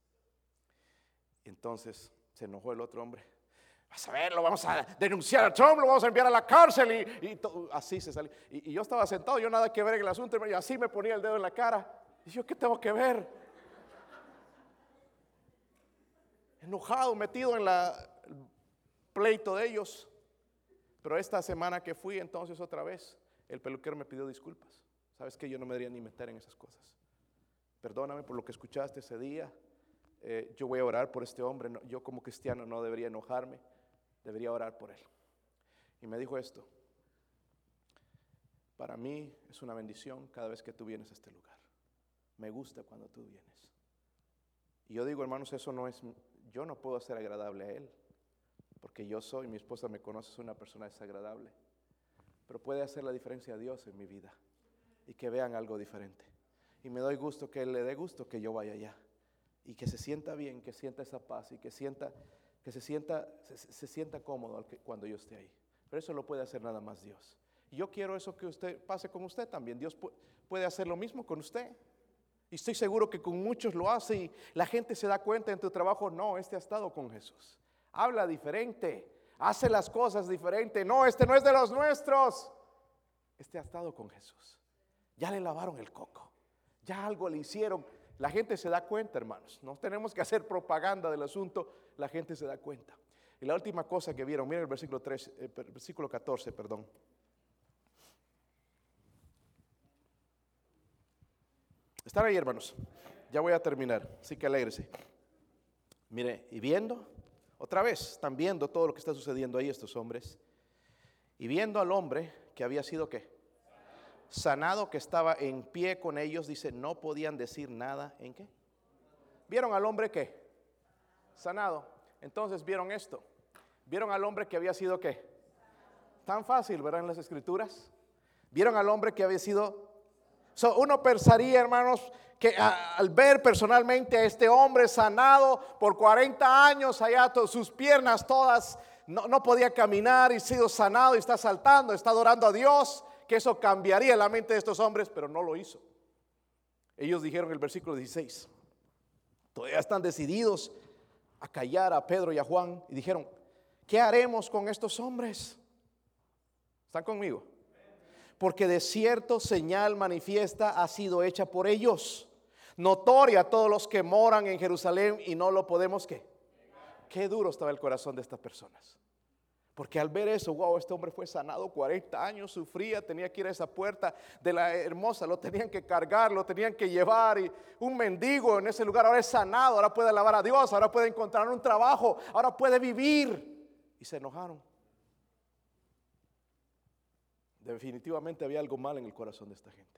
A: Y entonces se enojó el otro hombre. Vas a ver, lo vamos a denunciar a Trump, lo vamos a enviar a la cárcel. Así se salió. Y yo estaba sentado, yo nada que ver en el asunto. Y así me ponía el dedo en la cara. Y yo, ¿qué tengo que ver? Enojado, metido en el pleito de ellos. Pero esta semana que fui entonces otra vez, el peluquero me pidió disculpas. Sabes que yo no me debería ni meter en esas cosas. Perdóname por lo que escuchaste ese día. Yo voy a orar por este hombre. Yo como cristiano no debería enojarme, debería orar por él. Y me dijo esto: para mí es una bendición cada vez que tú vienes a este lugar. Me gusta cuando tú vienes. Y yo digo, hermanos, eso no es, yo no puedo ser agradable a él, porque mi esposa me conoce, soy una persona desagradable. Pero puede hacer la diferencia a Dios en mi vida y que vean algo diferente. Y me doy gusto que él le dé gusto que yo vaya allá. Y que se sienta bien, que sienta esa paz y que se sienta cómodo cuando yo esté ahí. Pero eso lo puede hacer nada más Dios. Y yo quiero eso que usted pase con usted también. Dios puede hacer lo mismo con usted. Y estoy seguro que con muchos lo hace y la gente se da cuenta en tu trabajo, no, este ha estado con Jesús. Habla diferente, hace las cosas diferente. No, este no es de los nuestros. Este ha estado con Jesús. Ya le lavaron el coco, ya algo le hicieron. La gente se da cuenta, hermanos. No tenemos que hacer propaganda del asunto, la gente se da cuenta. Y la última cosa que vieron, miren el versículo 14, perdón. ¿Están ahí, hermanos? Ya voy a terminar, así que alégrese. Mire, y viendo, otra vez, están viendo todo lo que está sucediendo ahí estos hombres. Y viendo al hombre que había sido, ¿qué? Sanado, que estaba en pie con ellos, dice, no podían decir nada. ¿En qué? ¿Vieron al hombre qué? Sanado. Entonces vieron esto. ¿Vieron al hombre que había sido qué? Tan fácil, ¿verdad? En las escrituras. ¿Vieron al hombre que había sido? Uno pensaría, hermanos, que al ver personalmente a este hombre sanado por 40 años, allá sus piernas todas no podía caminar y sido sanado y está saltando, está adorando a Dios, que eso cambiaría la mente de estos hombres, pero no lo hizo. Ellos dijeron en el versículo 16, todavía están decididos a callar a Pedro y a Juan, y dijeron, ¿qué haremos con estos hombres? ¿Están conmigo? Porque de cierto señal manifiesta ha sido hecha por ellos, notoria a todos los que moran en Jerusalén, y no lo podemos, ¿qué? Qué duro estaba el corazón de estas personas. Porque al ver eso, wow, este hombre fue sanado, 40 años sufría, tenía que ir a esa puerta de la hermosa, lo tenían que cargar, lo tenían que llevar, y un mendigo en ese lugar ahora es sanado, ahora puede alabar a Dios, ahora puede encontrar un trabajo, ahora puede vivir. Y se enojaron. Definitivamente había algo mal en el corazón de esta gente.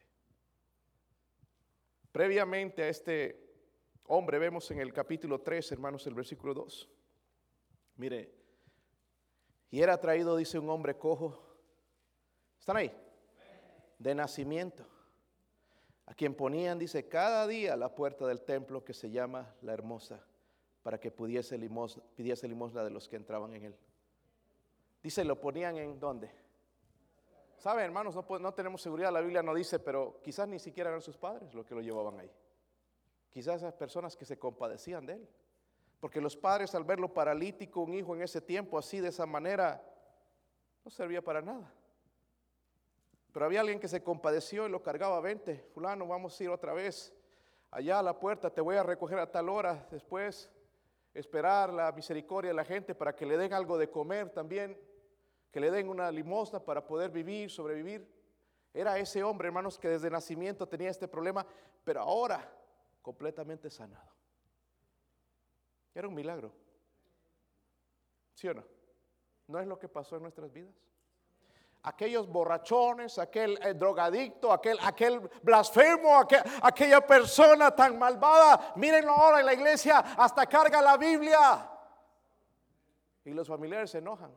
A: Previamente a este hombre vemos en el capítulo 3, hermanos, el versículo 2. Mire, y era traído, dice, un hombre cojo. ¿Están ahí? De nacimiento, a quien ponían, dice, cada día a la puerta del templo que se llama La Hermosa, para que pidiese limosna de los que entraban en él. Dice, lo ponían en ¿dónde? ¿Saben, hermanos? No tenemos seguridad, la Biblia no dice, pero quizás ni siquiera eran sus padres los que lo llevaban ahí. Quizás esas personas que se compadecían de él. Porque los padres, al verlo paralítico, un hijo en ese tiempo así, de esa manera, no servía para nada. Pero había alguien que se compadeció y lo cargaba. Vente, fulano, vamos a ir otra vez allá a la puerta, te voy a recoger a tal hora. Después esperar la misericordia de la gente para que le den algo de comer también, que le den una limosna para poder vivir, sobrevivir. Era ese hombre, hermanos, que desde nacimiento tenía este problema, pero ahora completamente sanado. Era un milagro, ¿sí o no? ¿No es lo que pasó en nuestras vidas? Aquellos borrachones, aquel drogadicto, aquel blasfemo, aquella persona tan malvada, mírenlo ahora en la iglesia, hasta carga la Biblia. Y los familiares se enojan.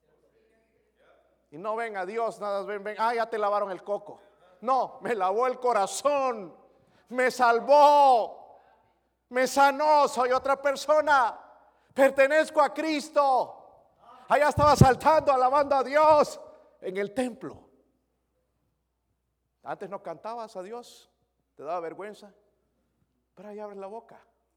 A: Y no ven a Dios, nada, ven, ya te lavaron el coco. No, me lavó el corazón, me salvó, me sanó, soy otra persona, pertenezco a Cristo. Allá estaba saltando, alabando a Dios en el templo. Antes no cantabas a Dios, te daba vergüenza, pero ahí abres la boca.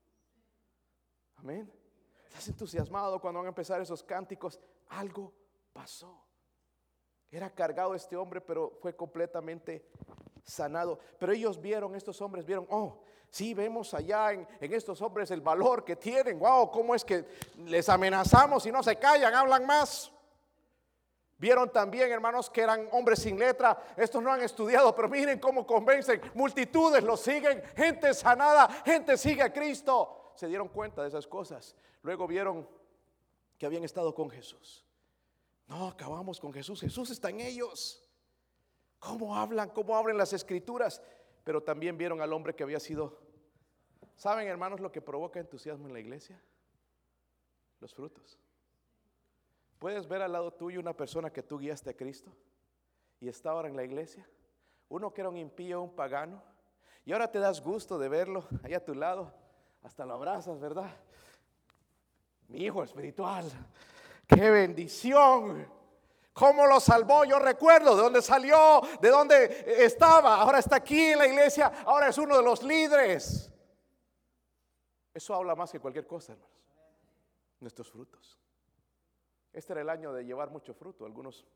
A: Amén. Estás entusiasmado cuando van a empezar esos cánticos. Algo pasó. Era cargado este hombre, pero fue completamente sanado. Pero ellos vieron, estos hombres vieron, oh, sí, vemos allá en estos hombres el valor que tienen. Wow, cómo es que les amenazamos y no se callan, hablan más. Vieron también, hermanos, que eran hombres sin letra. Estos no han estudiado, pero miren cómo convencen. Multitudes los siguen, gente sanada, gente sigue a Cristo. Se dieron cuenta de esas cosas. Luego vieron que habían estado con Jesús. No, acabamos con Jesús. Jesús está en ellos. ¿Cómo hablan? ¿Cómo abren las escrituras? Pero también vieron al hombre que había sido. ¿Saben, hermanos, lo que provoca entusiasmo en la iglesia? Los frutos. ¿Puedes ver al lado tuyo una persona que tú guiaste a Cristo y está ahora en la iglesia? Uno que era un impío, un pagano, y ahora te das gusto de verlo ahí a tu lado. Hasta lo abrazas, ¿verdad? Mi hijo espiritual. ¡Qué bendición! ¿Cómo lo salvó? Yo recuerdo de dónde salió, de dónde estaba. Ahora está aquí en la iglesia, ahora es uno de los líderes. Eso habla más que cualquier cosa, hermanos. Nuestros frutos. Este era el año de llevar mucho fruto. Algunos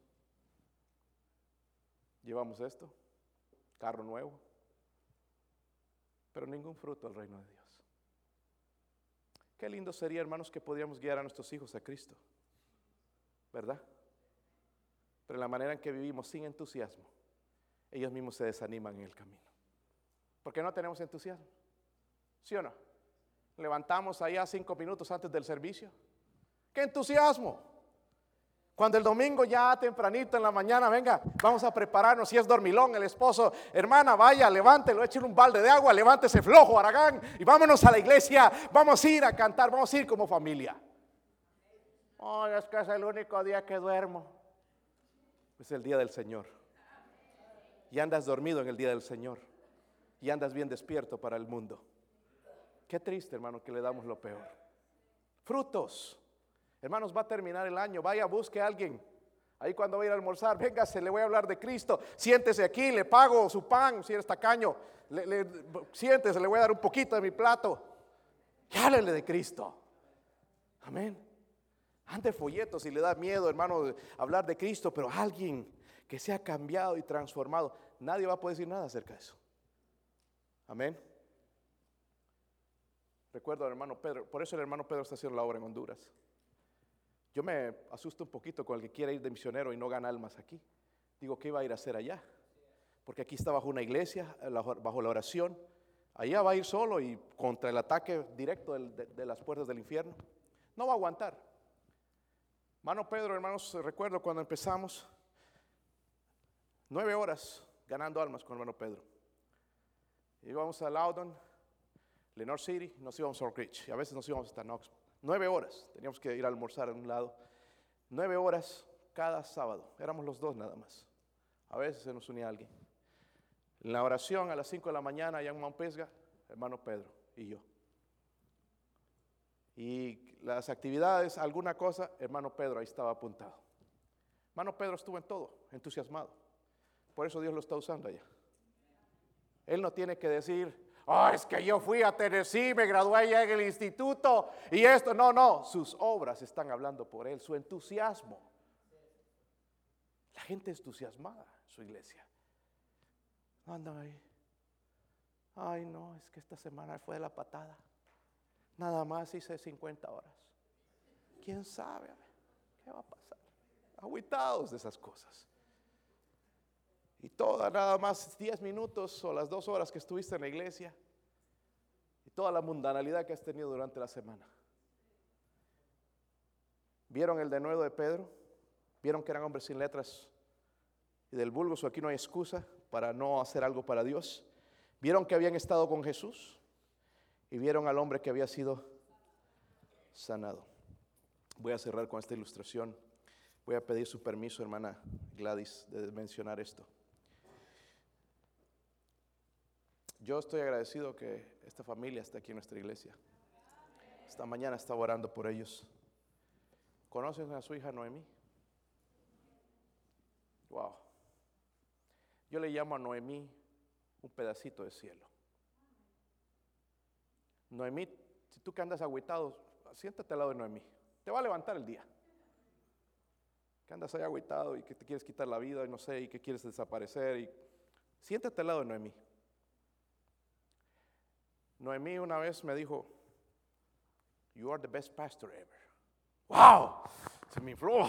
A: llevamos esto, carro nuevo, pero ningún fruto al reino de Dios. Qué lindo sería, hermanos, que podríamos guiar a nuestros hijos a Cristo, ¿verdad? Pero la manera en que vivimos sin entusiasmo, ellos mismos se desaniman en el camino. Porque no tenemos entusiasmo, ¿sí o no? Levantamos allá 5 minutos antes del servicio. ¡Qué entusiasmo! Cuando el domingo ya tempranito en la mañana, venga, vamos a prepararnos. Si es dormilón el esposo, hermana, vaya, levántelo, échale un balde de agua, levántese flojo, Aragán, y vámonos a la iglesia. Vamos a ir a cantar, vamos a ir como familia. Oh, es que es el único día que duermo. Es el día del Señor. Y andas dormido en el día del Señor. Y andas bien despierto para el mundo. Qué triste, hermano, que le damos lo peor. Frutos. Hermanos, va a terminar el año. Vaya, busque a alguien. Ahí cuando va a ir a almorzar, véngase, le voy a hablar de Cristo. Siéntese aquí, le pago su pan, si eres tacaño. Siéntese, le voy a dar un poquito de mi plato. Y háblele de Cristo. Amén. Ande folletos y le da miedo, hermano, hablar de Cristo, pero alguien que se ha cambiado y transformado, nadie va a poder decir nada acerca de eso. Amén. Recuerdo al hermano Pedro, por eso el hermano Pedro está haciendo la obra en Honduras. Yo me asusto un poquito con el que quiere ir de misionero y no gana almas aquí. Digo, ¿qué iba a ir a hacer allá? Porque aquí está bajo una iglesia, bajo la oración. Allá va a ir solo y contra el ataque directo de las puertas del infierno. No va a aguantar. Hermano Pedro, hermanos, recuerdo cuando empezamos, 9 horas ganando almas con hermano Pedro. Íbamos a Loudon, Lenoir City, nos íbamos a Oak Ridge, y a veces nos íbamos hasta Knoxville. 9 horas, teníamos que ir a almorzar en un lado. 9 horas cada sábado, éramos los dos nada más. A veces se nos unía alguien. En la oración a las 5 de la mañana allá en Mount Pisgah, hermano Pedro y yo. Y las actividades, alguna cosa, hermano Pedro ahí estaba apuntado. Hermano Pedro estuvo en todo, entusiasmado. Por eso Dios lo está usando allá. Él no tiene que decir, oh, es que yo fui a Tennessee, me gradué allá en el instituto y esto. No, sus obras están hablando por él, su entusiasmo. La gente entusiasmada en su iglesia. No andan ahí. Ay, no, es que esta semana fue de la patada. Nada más hice 50 horas. ¿Quién sabe? ¿Qué va a pasar? Agüitados de esas cosas. Y toda nada más 10 minutos o las 2 horas que estuviste en la iglesia. Y toda la mundanalidad que has tenido durante la semana. ¿Vieron el denuedo de Pedro? Vieron que eran hombres sin letras y del vulgo, so aquí no hay excusa para no hacer algo para Dios. Vieron que habían estado con Jesús y vieron al hombre que había sido sanado. Voy a cerrar con esta ilustración. Voy a pedir su permiso, hermana Gladys, de mencionar esto. Yo estoy agradecido que esta familia esté aquí en nuestra iglesia. Esta mañana estaba orando por ellos. ¿Conocen a su hija Noemí? Wow. Yo le llamo a Noemí un pedacito de cielo. Noemí, si tú que andas agüitado, siéntate al lado de Noemí. Te va a levantar el día. Que andas ahí agüitado y que te quieres quitar la vida y no sé, y que quieres desaparecer. Y siéntate al lado de Noemí. Noemí una vez me dijo, "You are the best pastor ever." ¡Wow! Se me infló.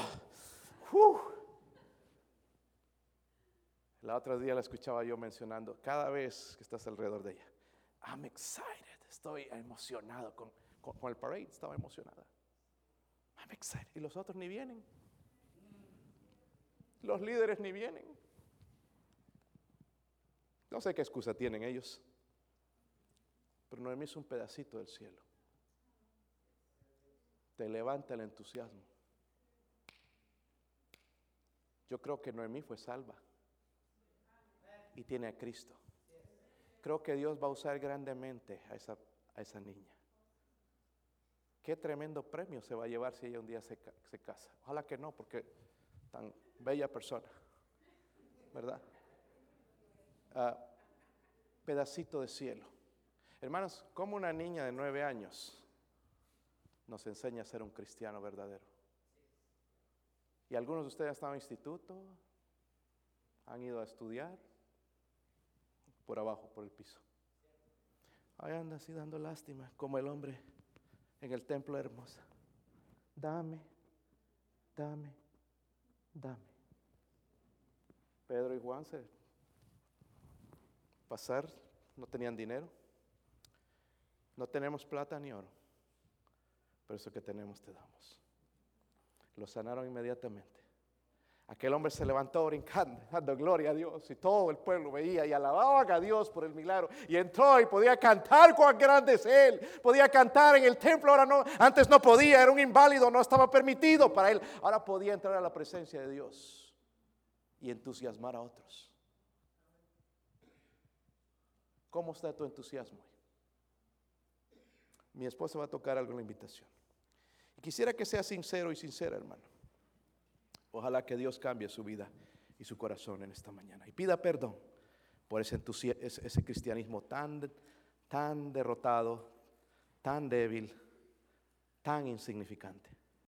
A: La otra día la escuchaba yo mencionando, cada vez que estás alrededor de ella, I'm excited, estoy emocionado con el parade, estaba emocionada. I'm excited. Y los otros ni vienen. Los líderes ni vienen. No sé qué excusa tienen ellos. Pero Noemí es un pedacito del cielo. Te levanta el entusiasmo. Yo creo que Noemí fue salva y tiene a Cristo. Creo que Dios va a usar grandemente a esa niña. Qué tremendo premio se va a llevar si ella un día se casa. Ojalá que no, porque tan bella persona, ¿verdad? Pedacito de cielo. Hermanos, como una niña de 9 años nos enseña a ser un cristiano verdadero. Y algunos de ustedes han estado en instituto, han ido a estudiar, por abajo, por el piso. Ahí anda así dando lástima, como el hombre en el templo hermosa. Dame, dame, dame. Pedro y Juan se pasaron, no tenían dinero. No tenemos plata ni oro, pero eso que tenemos te damos. Lo sanaron inmediatamente. Aquel hombre se levantó brincando, dando gloria a Dios, y todo el pueblo veía y alababan a Dios por el milagro. Y entró y podía cantar cuán grande es Él. Podía cantar en el templo, ahora no, antes no podía, era un inválido, no estaba permitido para él. Ahora podía entrar a la presencia de Dios y entusiasmar a otros. ¿Cómo está tu entusiasmo? Mi esposa va a tocar algo en la invitación. Y quisiera que sea sincero y sincera, hermano. Ojalá que Dios cambie su vida y su corazón en esta mañana. Y pida perdón por ese cristianismo tan derrotado, tan débil, tan insignificante.